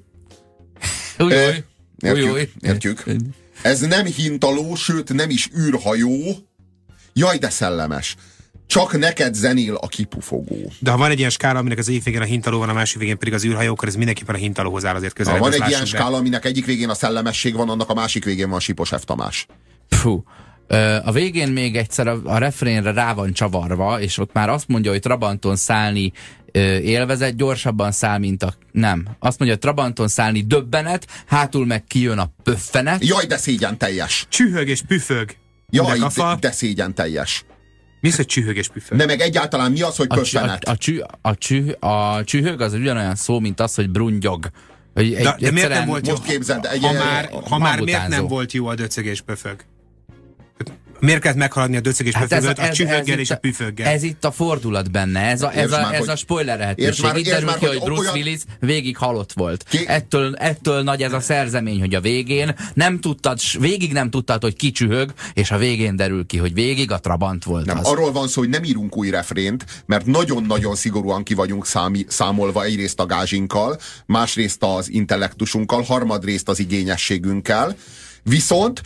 Új, ö, új. értjük, új, új. értjük. Ez nem hintaló, sőt nem is űrhajó. Jaj, de szellemes. Csak neked zenél a kipufogó. De ha van egy ilyen skála, aminek az egyik végén a hintaló van, a másik végén pedig az űrhajó, akkor ez mindenképpen a hintalóhoz áll azért közel. Ha van egy ilyen skála, aminek egyik végén a szellemesség van, annak a másik végén van Sipos F. Tamás. Fú. A végén még egyszer a, a refrénre rá van csavarva, és ott már azt mondja, hogy Trabanton szállni ö, élvezet, gyorsabban száll, mint a... Nem. Azt mondja, hogy Trabanton szállni döbbenet, hátul meg kijön a pöffenet. Jaj, de szégyen teljes. Csühög és püfög. Jaj, de, de szégyen teljes. Mi az, hogy csühög és püfög? De meg egyáltalán mi az, hogy pöffenet? A, a, csü, a, csü, a csühög az ugyanolyan szó, mint az, hogy brungyog. Hogy de, de miért nem volt jó? Most képzeld, egy, ha már, ha már miért nem volt jó a döcög és pöfög? Miért kellett meghaladni a döcög és hát pöfögöt a csühöggel és a püföggel? Ez itt a fordulat benne, ez a, ez a, már, ez a spoiler lehetőség. Itt derül ki, hogy Bruce olyan... Willis végig halott volt. Ki... Ettől, ettől nagy ez a szerzemény, hogy a végén nem tudtad, végig nem tudtad, hogy ki csühög, és a végén derül ki, hogy végig a Trabant volt nem, az. Arról van szó, hogy nem írunk új refrént, mert nagyon-nagyon szigorúan ki vagyunk számi, számolva egyrészt a gázsinkkal, másrészt az intellektusunkkal, harmadrészt az igényességünkkel, viszont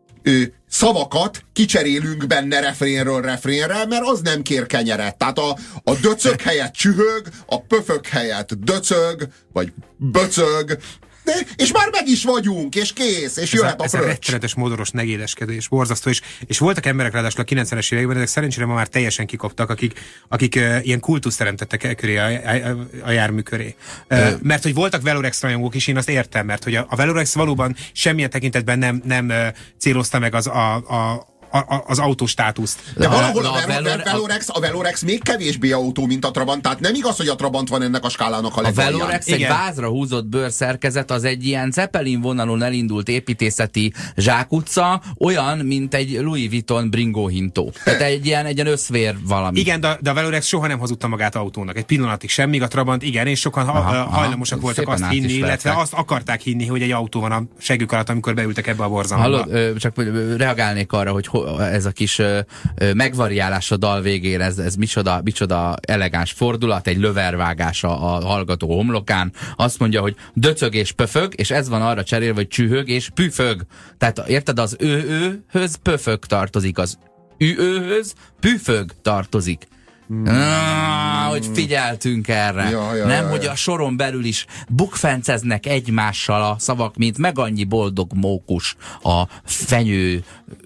ő, szavakat kicserélünk benne refrénről refrénre, mert az nem kér kenyeret. Tehát a, a döcög helyett csühög, a pöfög helyett döcög, vagy böcög, de, és már meg is vagyunk, és kész, és ez jöhet a, a fröccs. Ez a rettenetes modoros negédeskedés, borzasztó, és, és voltak emberek ráadásul a kilencvenes években, ezek szerencsére ma már teljesen kikoptak, akik, akik uh, ilyen kultuszt teremtettek el köré, a, a, a jármű köré. Uh, mert hogy voltak Velorex rajongók is, én azt értem, mert hogy a, a Velorex valóban semmilyen tekintetben nem, nem uh, célozta meg az a, a A, az autós-státuszt. De valahol a, a, Velore, Velorex, a Velorex még kevésbé autó, mint a Trabant, tehát nem igaz, hogy a Trabant van ennek a skálának a legalján. A Velorex egy vázra húzott bőrszerkezet, az egy ilyen Zeppelin vonalon elindult építészeti zsákutca, olyan, mint egy Louis Vuitton bringóhintó. Tehát egy ilyen, egy ilyen összvér valami. Igen, de, de a Velorex soha nem hazudta magát autónak. Egy pillanatig sem, míg a Trabant igen, és sokan ha, aha, hajlamosak aha, voltak azt hinni, illetve azt akarták hinni, hogy egy autó van a seggük alatt, amikor beültek ebbe a borzalomba. Hallod, ö, csak reagálnék arra, hogy ez a kis ö, ö, megvariálás a dal végére, ez, ez micsoda, micsoda elegáns fordulat, egy lövervágás a, a hallgató homlokán. Azt mondja, hogy döcög és pöfög, és ez van arra cserélve, hogy csühög és püfög. Tehát érted, az ő-őhöz pöfög tartozik, az ü-őhöz püfög tartozik. Mm. Ah, hogy figyeltünk erre. Ja, ja, nem, ja, hogy ja. a soron belül is bukfenceznek egymással a szavak, mint meg annyi boldog mókus a fenyő,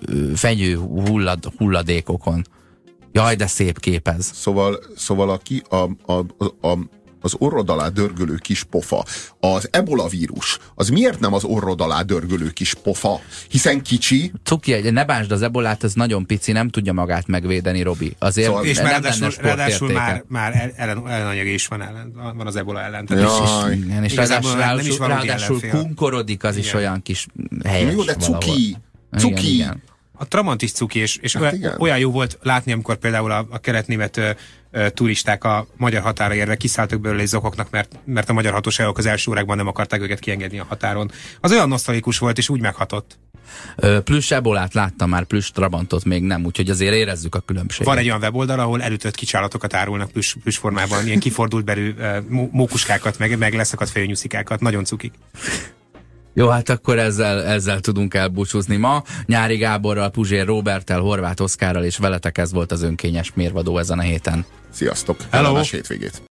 fenyő hullad, hulladékokon. Jaj, de szép kép ez. Szóval, szóval a ki, a, a, a, a az orrod alá dörgölő kis pofa. Az ebola vírus, az miért nem az orrod alá dörgölő kis pofa? Hiszen kicsi. Cuki, ne bánsd az ebolát, ez nagyon pici, nem tudja magát megvédeni, Robi. Azért szóval, és nem már ráadásul, ráadásul már, már ellen, ellenanyag is van, ellen, van az ebola ellen. És, és, és ráadásul, ráadásul, ráadásul kunkorodik, az igen. Is olyan kis helyes. Jó, de cuki. Valahol. Cuki. Igen, igen. A Trabant is cuki, és, és hát olyan, olyan jó volt látni, amikor például a, a kelet-német ö, ö, turisták a magyar határa érve kiszálltak belőle és zokognak, mert, mert a magyar hatóságok az első órákban nem akarták őket kiengedni a határon. Az olyan nosztalikus volt, és úgy meghatott. Ö, plüss ebolát láttam már, plüss Trabantot még nem, úgyhogy azért érezzük a különbséget. Van egy olyan weboldal, ahol elütött kicsálatokat árulnak plüss, plüss formában, ilyen kifordult belül ö, mókuskákat, meg, meg leszakadt fejnyuszikákat, nagyon cukik. Jó, hát akkor ezzel, ezzel tudunk elbúcsúzni ma. Nyári Gáborral, Puzsér Róberttel, Horváth Oszkárral és veletek ez volt az önkényes mérvadó ezen a héten. Sziasztok! Hello! Kellemes hétvégét!